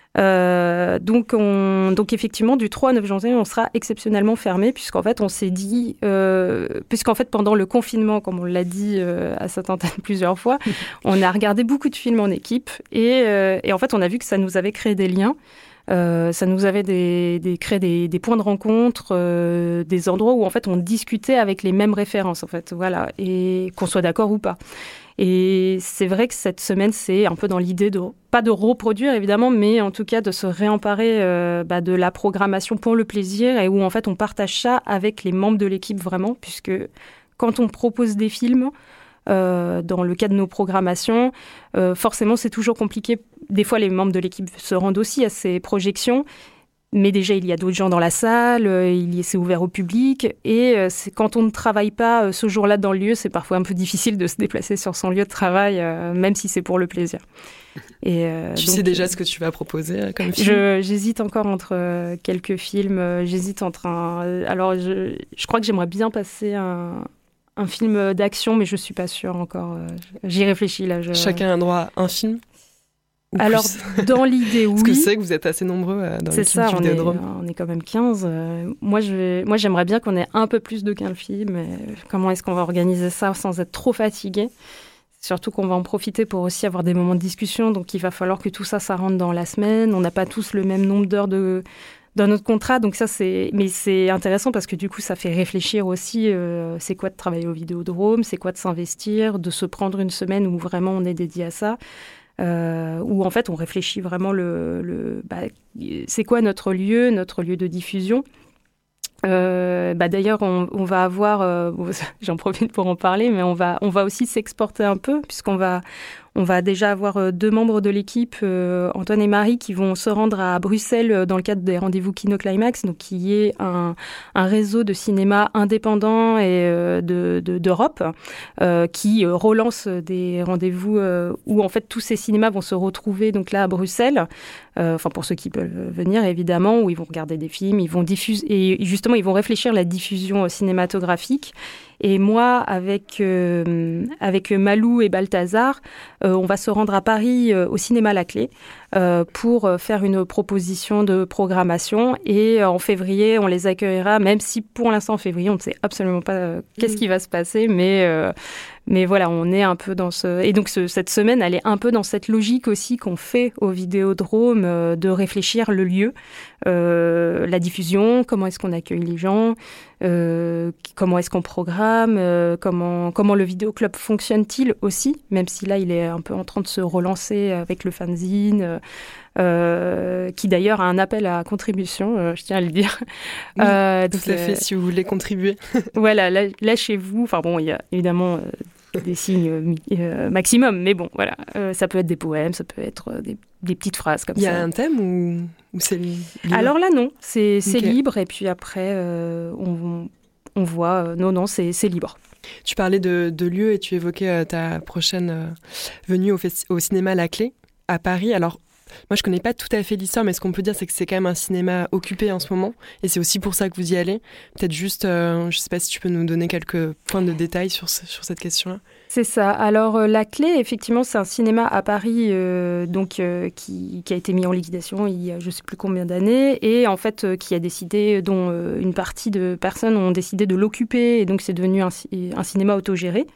Speaker 5: Donc effectivement, du 3 au 9 janvier, on sera exceptionnellement fermé, puisqu'en fait, on s'est dit, pendant le confinement, comme on l'a dit à cette antenne plusieurs fois, on a regardé beaucoup de films en équipe et en fait, on a vu que ça nous avait créé des liens. Ça nous avait créé des points de rencontre, des endroits où en fait on discutait avec les mêmes références, en fait, voilà, et qu'on soit d'accord ou pas. Et c'est vrai que cette semaine, c'est un peu dans l'idée pas de reproduire évidemment, mais en tout cas de se réemparer de la programmation pour le plaisir, et où en fait on partage ça avec les membres de l'équipe vraiment, puisque quand on propose des films, dans le cadre de nos programmations, forcément c'est toujours compliqué. Des fois les membres de l'équipe se rendent aussi à ces projections, mais déjà il y a d'autres gens dans la salle, c'est ouvert au public, et c'est quand on ne travaille pas ce jour-là dans le lieu, c'est parfois un peu difficile de se déplacer sur son lieu de travail, même si c'est pour le plaisir. Et,
Speaker 1: tu sais déjà ce que tu vas proposer comme film ?
Speaker 5: J'hésite encore entre quelques films. J'hésite entre alors je crois que j'aimerais bien passer un film d'action, mais je ne suis pas sûre encore. J'y réfléchis là.
Speaker 1: Chacun a droit à un film ?
Speaker 5: Alors, dans l'idée, oui.
Speaker 1: Parce que c'est que vous êtes assez nombreux dans l'équipe du Vidéodrome.
Speaker 5: On est quand même 15. Moi, j'aimerais bien qu'on ait un peu plus de 15 films. Comment est-ce qu'on va organiser ça sans être trop fatigué ? Surtout qu'on va en profiter pour aussi avoir des moments de discussion. Donc, il va falloir que tout ça rentre dans la semaine. On n'a pas tous le même nombre d'heures dans notre contrat. Donc, mais c'est intéressant parce que du coup, ça fait réfléchir aussi. C'est quoi de travailler au Vidéodrome? C'est quoi de s'investir? De se prendre une semaine où vraiment on est dédié à ça? Où en fait, on réfléchit vraiment c'est quoi notre lieu de diffusion? D'ailleurs, on va avoir, j'en profite pour en parler, mais on va aussi s'exporter un peu, puisqu'on va déjà avoir 2 membres de l'équipe, Antoine et Marie, qui vont se rendre à Bruxelles dans le cadre des rendez-vous Kinoclimax, donc qui est un réseau de cinéma indépendant et d'Europe, qui relance des rendez-vous où en fait tous ces cinémas vont se retrouver donc là à Bruxelles. Pour ceux qui peuvent venir évidemment, où ils vont regarder des films, ils vont diffuser et justement ils vont réfléchir la diffusion cinématographique. Et moi, avec Malou et Balthazar, on va se rendre à Paris au cinéma La Clé pour faire une proposition de programmation. Et en février, on les accueillera, même si pour l'instant en février, on ne sait absolument pas qu'est-ce qui va se passer, mais voilà, on est un peu dans ce... Et donc, cette semaine, elle est un peu dans cette logique aussi qu'on fait au Vidéodrome de réfléchir le lieu, la diffusion, comment est-ce qu'on accueille les gens, comment est-ce qu'on programme, comment le vidéoclub fonctionne-t-il aussi, même si là, il est un peu en train de se relancer avec le fanzine, qui d'ailleurs a un appel à contribution, je tiens à le dire.
Speaker 1: Oui, tout à fait, si vous voulez contribuer.
Speaker 5: Voilà, lâchez-vous. Enfin bon, il y a évidemment... des signes maximum, mais bon, voilà. Ça peut être des poèmes, ça peut être des petites phrases comme ça.
Speaker 1: Il y a un thème ou c'est libre?
Speaker 5: Alors là, non, c'est libre, et puis après, on voit... non, c'est libre.
Speaker 1: Tu parlais de lieu et tu évoquais ta prochaine venue au cinéma La Clé, à Paris. Alors, moi, je connais pas tout à fait l'histoire, mais ce qu'on peut dire, c'est que c'est quand même un cinéma occupé en ce moment, et c'est aussi pour ça que vous y allez. Peut-être juste, je sais pas si tu peux nous donner quelques points de détail sur cette question-là.
Speaker 5: C'est ça. Alors, La Clé, effectivement, c'est un cinéma à Paris qui a été mis en liquidation il y a je sais plus combien d'années, et en fait, qui a décidé, dont une partie de personnes ont décidé de l'occuper, et donc c'est devenu un cinéma autogéré.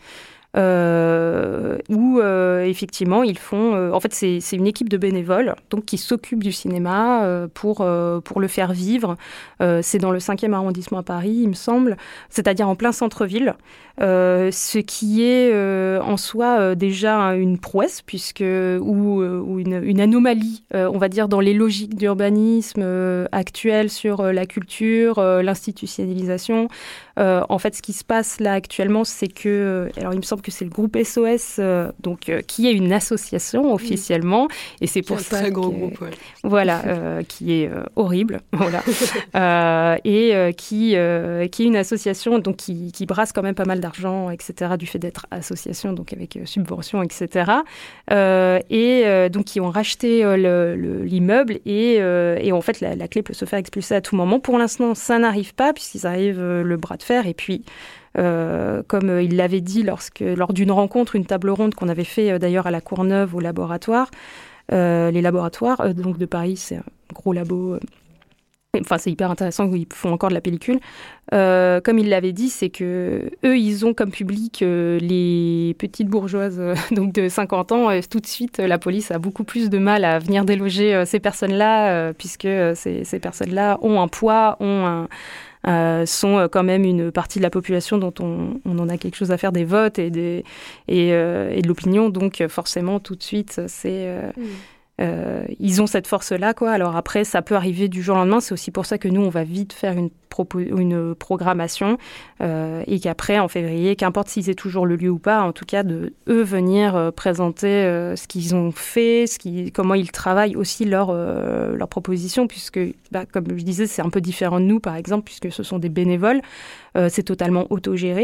Speaker 5: Où effectivement ils font... en fait, c'est une équipe de bénévoles donc, qui s'occupe du cinéma pour le faire vivre. C'est dans le 5e arrondissement à Paris, il me semble, c'est-à-dire en plein centre-ville. Ce qui est en soi déjà une prouesse, ou une anomalie, on va dire, dans les logiques d'urbanisme actuelles sur la culture, l'institutionnalisation. En fait, ce qui se passe là actuellement, c'est que... alors, il me semble que c'est le groupe SOS, qui est une association officiellement, et c'est pour ça...
Speaker 1: Un très gros groupe, ouais.
Speaker 5: Voilà, qui est horrible, voilà, et qui est une association donc, qui brasse quand même pas mal d'argent, etc., du fait d'être association, donc avec subvention, etc., et donc qui ont racheté l'immeuble, et en fait, la clé peut se faire expulser à tout moment. Pour l'instant, ça n'arrive pas, puisqu'ils arrivent le bras de fer, et puis... comme il l'avait dit lors d'une rencontre, une table ronde qu'on avait fait d'ailleurs à la Courneuve au laboratoire. Les laboratoires donc de Paris, c'est un gros labo. Enfin, c'est hyper intéressant, ils font encore de la pellicule. Comme il l'avait dit, c'est que eux, ils ont comme public les petites bourgeoises donc de 50 ans. Tout de suite, la police a beaucoup plus de mal à venir déloger ces personnes-là, puisque ces personnes-là ont un poids, sont quand même une partie de la population dont on en a quelque chose à faire des votes et de l'opinion. Donc forcément, tout de suite, ils ont cette force-là, quoi. Alors après, ça peut arriver du jour au lendemain. C'est aussi pour ça que nous, on va vite faire une programmation et qu'après, en février, qu'importe s'ils aient toujours le lieu ou pas, en tout cas, de eux venir présenter ce qu'ils ont fait, comment ils travaillent aussi leur proposition, puisque, comme je disais, c'est un peu différent de nous, par exemple, puisque ce sont des bénévoles. C'est totalement autogéré.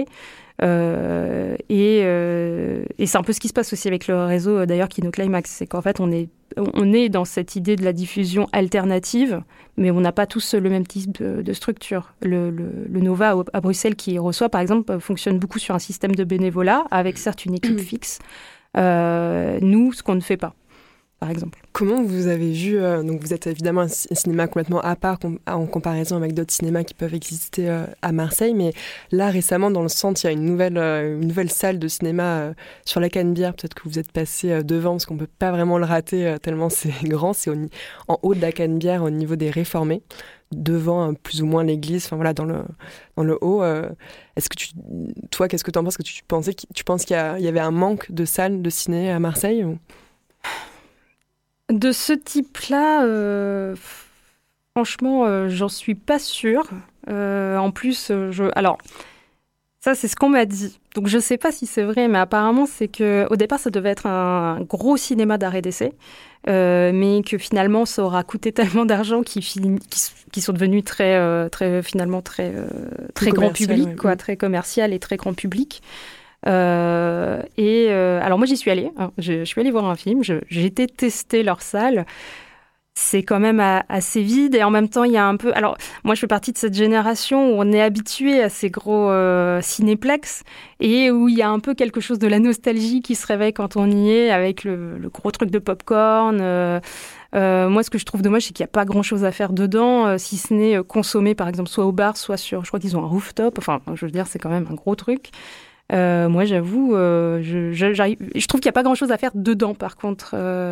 Speaker 5: Et c'est un peu ce qui se passe aussi avec le réseau d'ailleurs Kinoclimax, c'est qu'en fait on est dans cette idée de la diffusion alternative, mais on n'a pas tous le même type de structure. Le Nova à Bruxelles qui reçoit par exemple fonctionne beaucoup sur un système de bénévolat avec certes une équipe fixe. Nous, ce qu'on ne fait pas. par exemple.
Speaker 1: Comment vous avez vu, donc vous êtes évidemment un cinéma complètement à part en comparaison avec d'autres cinémas qui peuvent exister à Marseille, mais là récemment dans le centre, il y a une nouvelle salle de cinéma sur la Canebière, peut-être que vous êtes passé devant parce qu'on ne peut pas vraiment le rater tellement c'est grand, c'est en haut de la Canebière au niveau des Réformés, devant plus ou moins l'église, enfin voilà, dans le haut. Est-ce que toi, qu'est-ce que tu en penses? Tu penses qu'il y avait un manque de salles de ciné à Marseille ou...
Speaker 5: De ce type-là, franchement, j'en suis pas sûre. En plus, alors, ça, c'est ce qu'on m'a dit. Donc, je sais pas si c'est vrai, mais apparemment, c'est que au départ, ça devait être un gros cinéma d'arrêt d'essai, mais que finalement, ça aura coûté tellement d'argent qui sont devenus très grand public, quoi, très commercial et très grand public. Alors moi j'y suis allée, hein. Je suis allée voir un film, j'ai été tester leur salle. C'est quand même assez vide et en même temps il y a un peu... Alors moi je fais partie de cette génération où on est habitué à ces gros cinéplex et où il y a un peu quelque chose de la nostalgie qui se réveille quand on y est avec le gros truc de popcorn. Moi ce que je trouve dommage c'est qu'il n'y a pas grand chose à faire dedans, si ce n'est consommer par exemple soit au bar, soit sur... Je crois qu'ils ont un rooftop, enfin je veux dire c'est quand même un gros truc. Moi, j'avoue, je trouve qu'il n'y a pas grand-chose à faire dedans, par contre.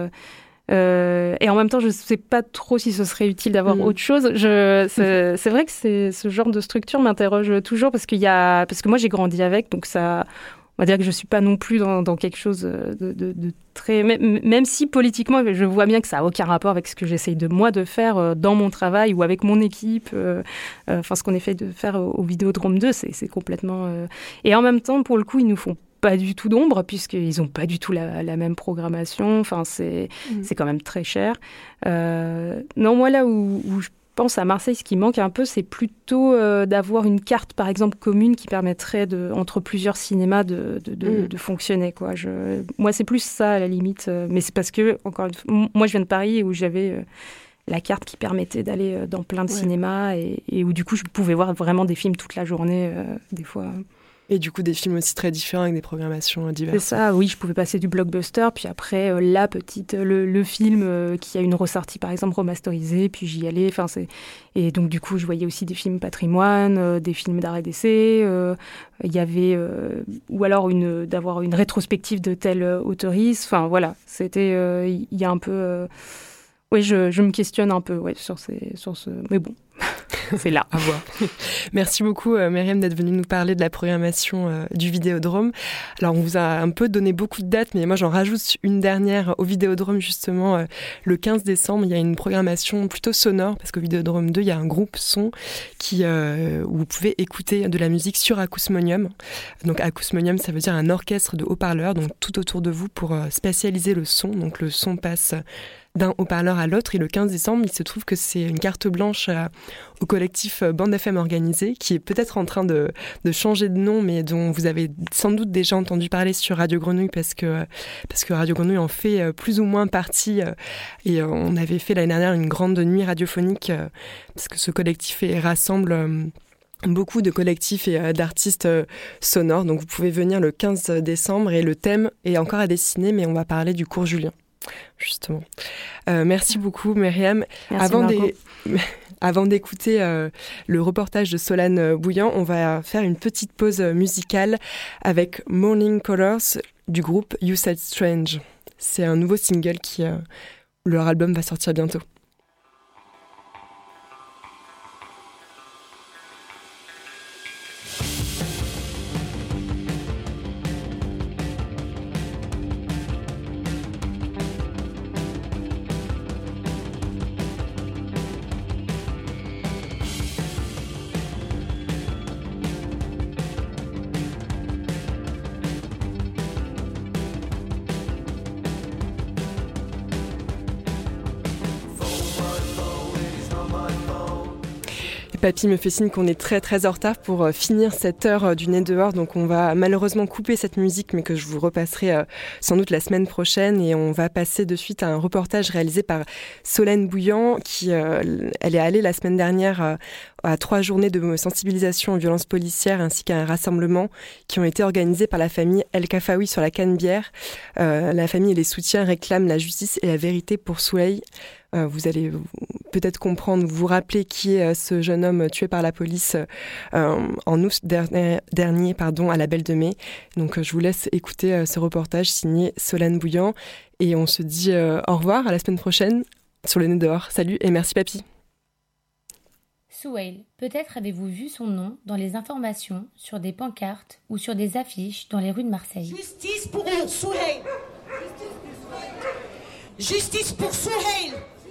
Speaker 5: Et en même temps, je ne sais pas trop si ce serait utile d'avoir autre chose. C'est vrai que ce genre de structure m'interroge toujours parce que moi, j'ai grandi avec, donc ça... On va dire que je ne suis pas non plus dans quelque chose de très... Même si politiquement, je vois bien que ça n'a aucun rapport avec ce que j'essaye de faire dans mon travail ou avec mon équipe. Enfin, ce qu'on essaie de faire au Vidéodrome 2, c'est complètement... Et en même temps, pour le coup, ils nous font pas du tout d'ombre puisqu'ils n'ont pas du tout la même programmation. Enfin, c'est quand même très cher. Non, moi, là où je pense à Marseille, ce qui manque un peu, c'est plutôt d'avoir une carte, par exemple, commune qui permettrait, entre plusieurs cinémas, de fonctionner, quoi. Moi, c'est plus ça, à la limite. Mais c'est parce que, encore une fois, moi, je viens de Paris où j'avais la carte qui permettait d'aller dans plein de cinémas et où, du coup, je pouvais voir vraiment des films toute la journée, des fois.
Speaker 1: Et du coup, des films aussi très différents avec des programmations diverses.
Speaker 5: C'est ça, oui, je pouvais passer du blockbuster, puis après, le film qui a une ressortie, par exemple, remasterisée, puis j'y allais. Et donc, du coup, je voyais aussi des films patrimoine, des films d'arrêt d'essai. Il y avait... ou alors d'avoir une rétrospective de tel auteuriste. Enfin, voilà, c'était... Il y a un peu... Oui, je me questionne un peu sur ce... Mais bon... C'est là, à voir.
Speaker 1: Merci beaucoup, Myriam, d'être venue nous parler de la programmation du Vidéodrome. Alors, on vous a un peu donné beaucoup de dates, mais moi, j'en rajoute une dernière au Vidéodrome, justement. Le 15 décembre, il y a une programmation plutôt sonore, parce qu'au Vidéodrome 2, il y a un groupe son où vous pouvez écouter de la musique sur acousmonium. Donc, acousmonium, ça veut dire un orchestre de haut-parleurs, donc tout autour de vous pour spatialiser le son. Donc, le son passe d'un haut-parleur à l'autre. Et le 15 décembre, il se trouve que c'est une carte blanche au collectif Bande FM Organisée, qui est peut-être en train de changer de nom, mais dont vous avez sans doute déjà entendu parler sur Radio Grenouille, parce que Radio Grenouille en fait plus ou moins partie. Et on avait fait l'année dernière une grande nuit radiophonique, parce que ce collectif rassemble... beaucoup de collectifs et d'artistes sonores. Donc vous pouvez venir le 15 décembre et le thème est encore à dessiner, mais on va parler du cours Julien, justement. Merci beaucoup, Myriam. Avant d'écouter le reportage de Solane Bouillant, on va faire une petite pause musicale avec Morning Colors du groupe You Said Strange. C'est un nouveau single leur album va sortir bientôt.
Speaker 6: For
Speaker 1: Papy me fait signe qu'on est très très en retard pour finir cette heure du Nez dehors, donc on va malheureusement couper cette musique, mais que je vous repasserai sans doute la semaine prochaine, et on va passer de suite à un reportage réalisé par Solène Bouillant, qui elle est allée la semaine dernière à 3 journées de sensibilisation aux violences policières ainsi qu'à un rassemblement qui ont été organisés par la famille El Kafaoui sur la Canebière. La famille et les soutiens réclament la justice et la vérité pour Souheil. Vous allez peut-être comprendre, vous rappeler qui est ce jeune homme tué par la police en août dernier à la Belle de Mai. Donc je vous laisse écouter ce reportage signé Solène Bouillant et on se dit au revoir à la semaine prochaine sur le Nez dehors. Salut et merci Papy.
Speaker 6: Souheil, peut-être avez-vous vu son nom dans les informations, sur des pancartes ou sur des affiches dans les rues de Marseille.
Speaker 7: Justice pour Souheil. Justice pour Souheil.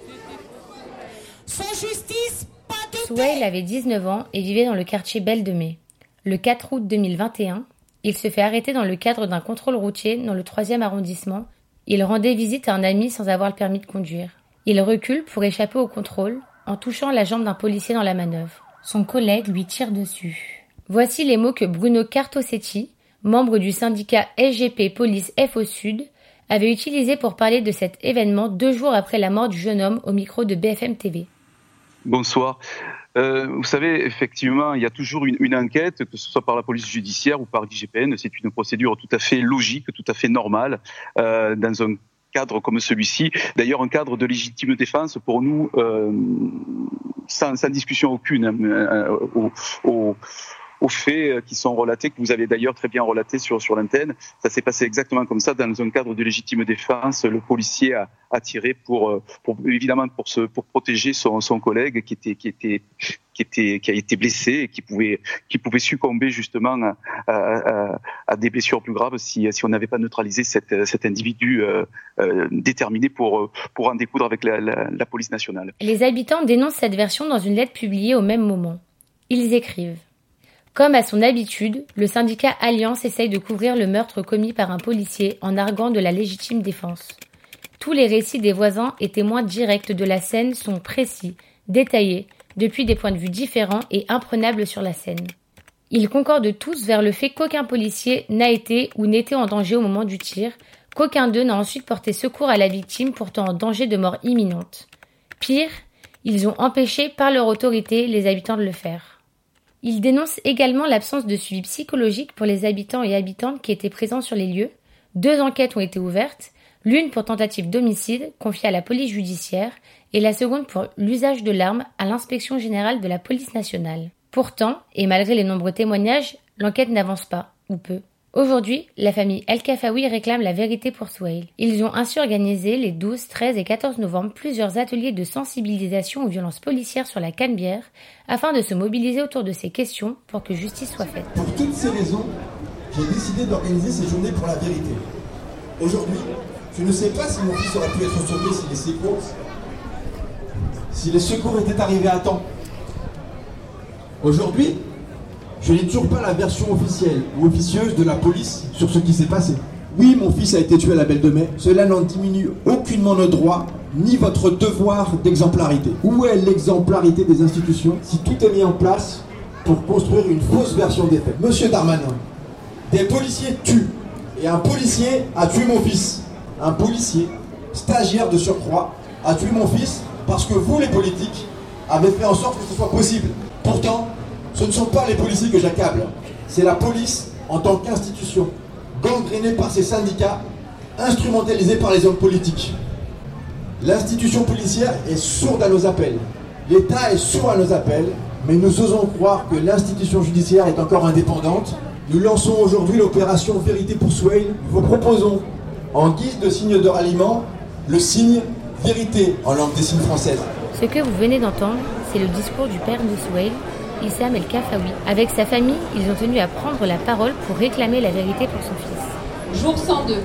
Speaker 7: Sans justice, pas de paix.
Speaker 6: Souheil avait 19 ans et vivait dans le quartier Belle de Mai. Le 4 août 2021, il se fait arrêter dans le cadre d'un contrôle routier dans le 3e arrondissement. Il rendait visite à un ami sans avoir le permis de conduire. Il recule pour échapper au contrôle en touchant la jambe d'un policier dans la manœuvre. Son collègue lui tire dessus. Voici les mots que Bruno Cartosetti, membre du syndicat SGP Police FO Sud, avait utilisés pour parler de cet événement 2 jours après la mort du jeune homme au micro de BFM TV.
Speaker 8: Bonsoir. Vous savez, effectivement, il y a toujours une enquête, que ce soit par la police judiciaire ou par l'IGPN. C'est une procédure tout à fait logique, tout à fait normale, dans un cadre comme celui-ci. D'ailleurs, un cadre de légitime défense, pour nous, sans discussion aucune, aux faits qui sont relatés, que vous avez d'ailleurs très bien relatés sur l'antenne. Ça s'est passé exactement comme ça, dans un cadre de légitime défense. Le policier a tiré pour protéger son collègue qui a été blessé et qui pouvait succomber justement à des blessures plus graves si on n'avait pas neutralisé cet individu déterminé pour en découdre avec la police nationale.
Speaker 6: Les habitants dénoncent cette version dans une lettre publiée au même moment. Ils écrivent: comme à son habitude, le syndicat Alliance essaye de couvrir le meurtre commis par un policier en arguant de la légitime défense. Tous les récits des voisins et témoins directs de la scène sont précis, détaillés, depuis des points de vue différents et imprenables sur la scène. Ils concordent tous vers le fait qu'aucun policier n'a été ou n'était en danger au moment du tir, qu'aucun d'eux n'a ensuite porté secours à la victime pourtant en danger de mort imminente. Pire, ils ont empêché par leur autorité les habitants de le faire. Ils dénoncent également l'absence de suivi psychologique pour les habitants et habitantes qui étaient présents sur les lieux. 2 enquêtes ont été ouvertes, l'une pour tentative d'homicide confiée à la police judiciaire et la seconde pour l'usage de l'arme à l'inspection générale de la police nationale. Pourtant, et malgré les nombreux témoignages, l'enquête n'avance pas, ou peu. Aujourd'hui, la famille El Kafaoui réclame la vérité pour Souheil. Ils ont ainsi organisé les 12, 13 et 14 novembre plusieurs ateliers de sensibilisation aux violences policières sur la Canebière afin de se mobiliser autour de ces questions pour que justice soit faite.
Speaker 9: Pour toutes ces raisons, j'ai décidé d'organiser ces journées pour la vérité. Aujourd'hui, je ne sais pas si mon fils aurait pu être sauvé si les secours étaient arrivés à temps. Aujourd'hui, je n'ai toujours pas la version officielle ou officieuse de la police sur ce qui s'est passé. Oui, mon fils a été tué à la Belle de Mai. Cela n'en diminue aucunement nos droits, ni votre devoir d'exemplarité. Où est l'exemplarité des institutions si tout est mis en place pour construire une fausse version des faits? Monsieur Darmanin, des policiers tuent. Et un policier a tué mon fils. Un policier, stagiaire de surcroît, a tué mon fils parce que vous, les politiques, avez fait en sorte que ce soit possible. Pourtant, ce ne sont pas les policiers que j'accable, c'est la police en tant qu'institution, gangrénée par ses syndicats, instrumentalisée par les hommes politiques. L'institution policière est sourde à nos appels, l'État est sourd à nos appels, mais nous osons croire que l'institution judiciaire est encore indépendante. Nous lançons aujourd'hui l'opération Vérité pour Souheil. Nous vous proposons, en guise de signe de ralliement, le signe Vérité en langue des signes française.
Speaker 6: Ce que vous venez d'entendre, c'est le discours du père de Souheil, Issam El Kafaoui. Avec sa famille, ils ont tenu à prendre la parole pour réclamer la vérité pour son fils.
Speaker 10: Jour 102,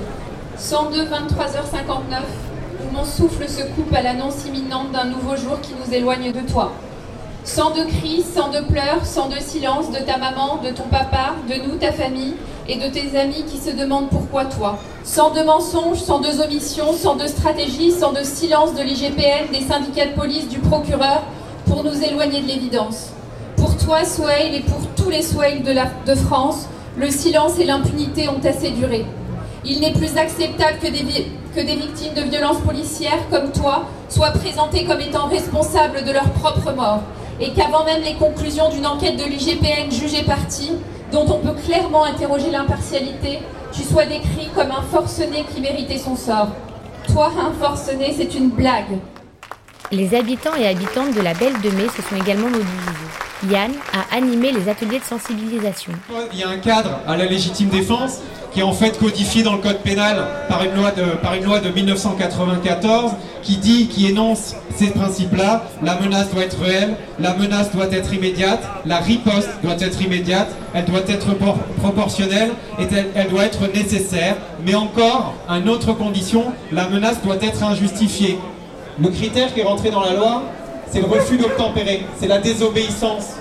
Speaker 10: 23h59, où mon souffle se coupe à l'annonce imminente d'un nouveau jour qui nous éloigne de toi. 102 cris, 102 pleurs, 102 silences de ta maman, de ton papa, de nous, ta famille, et de tes amis qui se demandent pourquoi toi. 102 mensonges, 102 omissions, 102 stratégies, 102 silences de l'IGPN, des syndicats de police, du procureur, pour nous éloigner de l'évidence. Pour toi, Souheil, et pour tous les Souheil de France, le silence et l'impunité ont assez duré. Il n'est plus acceptable que des victimes de violences policières comme toi soient présentées comme étant responsables de leur propre mort, et qu'avant même les conclusions d'une enquête de l'IGPN jugée partie, dont on peut clairement interroger l'impartialité, tu sois décrit comme un forcené qui méritait son sort. Toi, un forcené, c'est une blague.
Speaker 6: Les habitants et habitantes de la Belle de Mai se sont également mobilisés. Yann a animé les ateliers de sensibilisation.
Speaker 11: Il y a un cadre à la légitime défense qui est en fait codifié dans le code pénal par une loi de 1994 qui énonce ces principes-là. La menace doit être réelle, la menace doit être immédiate, la riposte doit être immédiate, elle doit être proportionnelle et elle doit être nécessaire. Mais encore, une autre condition, la menace doit être injustifiée. Le critère qui est rentré dans la loi, c'est le refus d'obtempérer, c'est la désobéissance.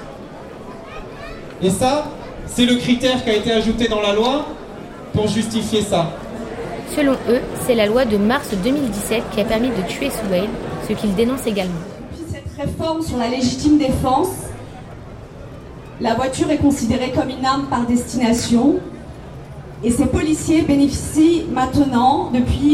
Speaker 11: Et ça, c'est le critère qui a été ajouté dans la loi pour justifier ça.
Speaker 6: Selon eux, c'est la loi de mars 2017 qui a permis de tuer Souheil, ce qu'ils dénoncent également.
Speaker 12: Depuis cette réforme sur la légitime défense, la voiture est considérée comme une arme par destination et ces policiers bénéficient maintenant, depuis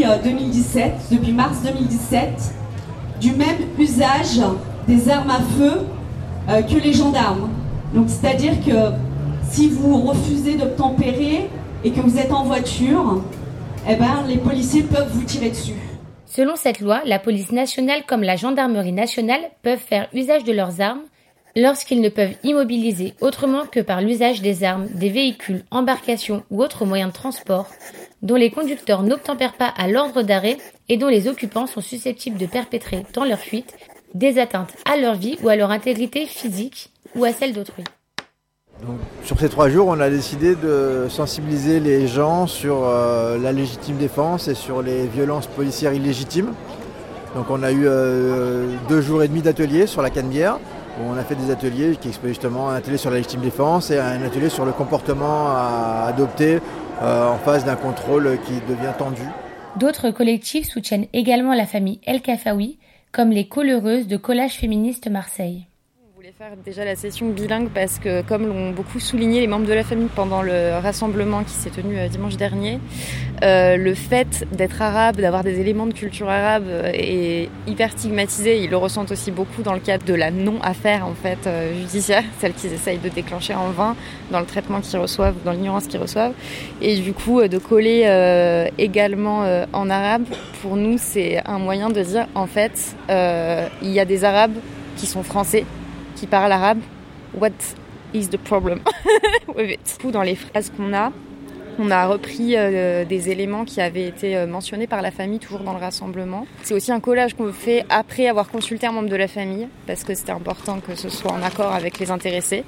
Speaker 12: mars 2017, du même usage des armes à feu que les gendarmes. Donc c'est-à-dire que si vous refusez d'obtempérer et que vous êtes en voiture, les policiers peuvent vous tirer dessus.
Speaker 6: Selon cette loi, la police nationale comme la gendarmerie nationale peuvent faire usage de leurs armes lorsqu'ils ne peuvent immobiliser autrement que par l'usage des armes, des véhicules, embarcations ou autres moyens de transport dont les conducteurs n'obtempèrent pas à l'ordre d'arrêt et dont les occupants sont susceptibles de perpétrer dans leur fuite des atteintes à leur vie ou à leur intégrité physique ou à celle d'autrui.
Speaker 13: Donc, sur ces 3 jours, on a décidé de sensibiliser les gens sur la légitime défense et sur les violences policières illégitimes. Donc on a eu 2 jours et demi d'ateliers sur la Canebière, où on a fait des ateliers qui expliquent justement un atelier sur la légitime défense et un atelier sur le comportement à adopter en face d'un contrôle qui devient tendu.
Speaker 6: D'autres collectifs soutiennent également la famille El Kafaoui, comme les Colheureuses de Collage Féministe Marseille.
Speaker 14: On voulait faire déjà la session bilingue parce que, comme l'ont beaucoup souligné les membres de la famille pendant le rassemblement qui s'est tenu dimanche dernier, le fait d'être arabe, d'avoir des éléments de culture arabe est hyper stigmatisé. Ils le ressentent aussi beaucoup dans le cadre de la non-affaire en fait, judiciaire, celle qu'ils essayent de déclencher en vain dans le traitement qu'ils reçoivent, dans l'ignorance qu'ils reçoivent. Et du coup, de coller également en arabe, pour nous, c'est un moyen de dire, en fait, il y a des arabes qui sont français, qui parlent arabe. What is the problem with it? Dans les phrases qu'on a, on a repris des éléments qui avaient été mentionnés par la famille, toujours dans le rassemblement. C'est aussi un collage qu'on fait après avoir consulté un membre de la famille, parce que c'était important que ce soit en accord avec les intéressés.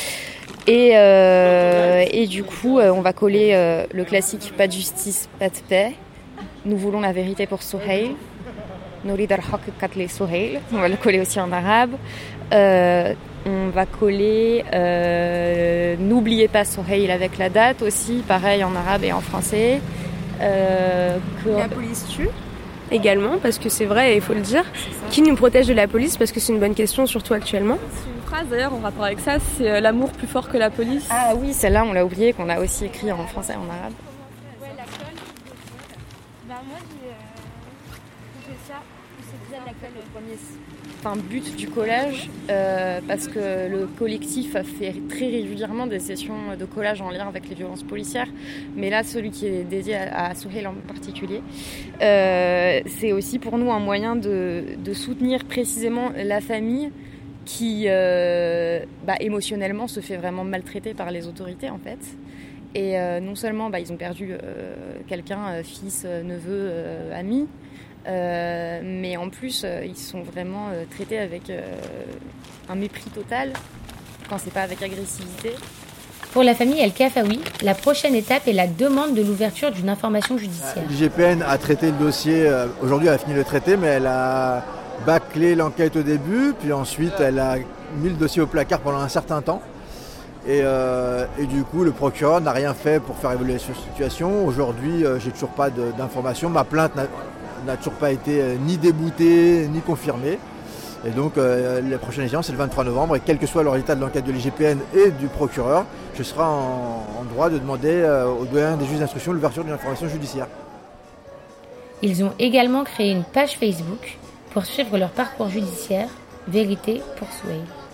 Speaker 14: Et du coup, on va coller le classique « Pas de justice, pas de paix ». Nous voulons la vérité pour Souheil. On va le coller aussi en arabe. On va coller n'oubliez pas Souheil avec la date aussi, pareil en arabe et en français.
Speaker 15: La police tue également, parce que c'est vrai, il faut le dire. Qui nous protège de la police, parce que c'est une bonne question, surtout actuellement.
Speaker 16: C'est une phrase d'ailleurs en rapport avec ça, c'est l'amour plus fort que la police.
Speaker 14: Ah oui, celle-là on l'a oublié, qu'on a aussi écrit en français et en arabe.
Speaker 17: Ouais, la colle. Moi j'ai fait ça, c'est bien la colle.
Speaker 14: Un but du collage parce que le collectif fait très régulièrement des sessions de collage en lien avec les violences policières, mais là celui qui est dédié à Souheil en particulier, c'est aussi pour nous un moyen de soutenir précisément la famille qui émotionnellement se fait vraiment maltraiter par les autorités en fait. Et non seulement ils ont perdu quelqu'un, fils, neveu, ami, mais en plus ils sont vraiment traités avec un mépris total quand c'est pas avec agressivité.
Speaker 6: Pour la famille El Kafaoui, la prochaine étape est la demande de l'ouverture d'une information judiciaire.
Speaker 13: L'IGPN a traité le dossier, aujourd'hui elle a fini de le traiter, mais elle a bâclé l'enquête au début, puis ensuite elle a mis le dossier au placard pendant un certain temps. Et du coup, le procureur n'a rien fait pour faire évoluer cette situation. Aujourd'hui, j'ai toujours pas d'informations. Ma plainte n'a toujours pas été ni déboutée ni confirmée. Et donc la prochaine échéance c'est le 23 novembre et quel que soit le résultat de l'enquête de l'IGPN et du procureur, je serai en droit de demander au doyen des juges d'instruction l'ouverture d'une information judiciaire.
Speaker 6: Ils ont également créé une page Facebook pour suivre leur parcours judiciaire, Vérité pour Souheil.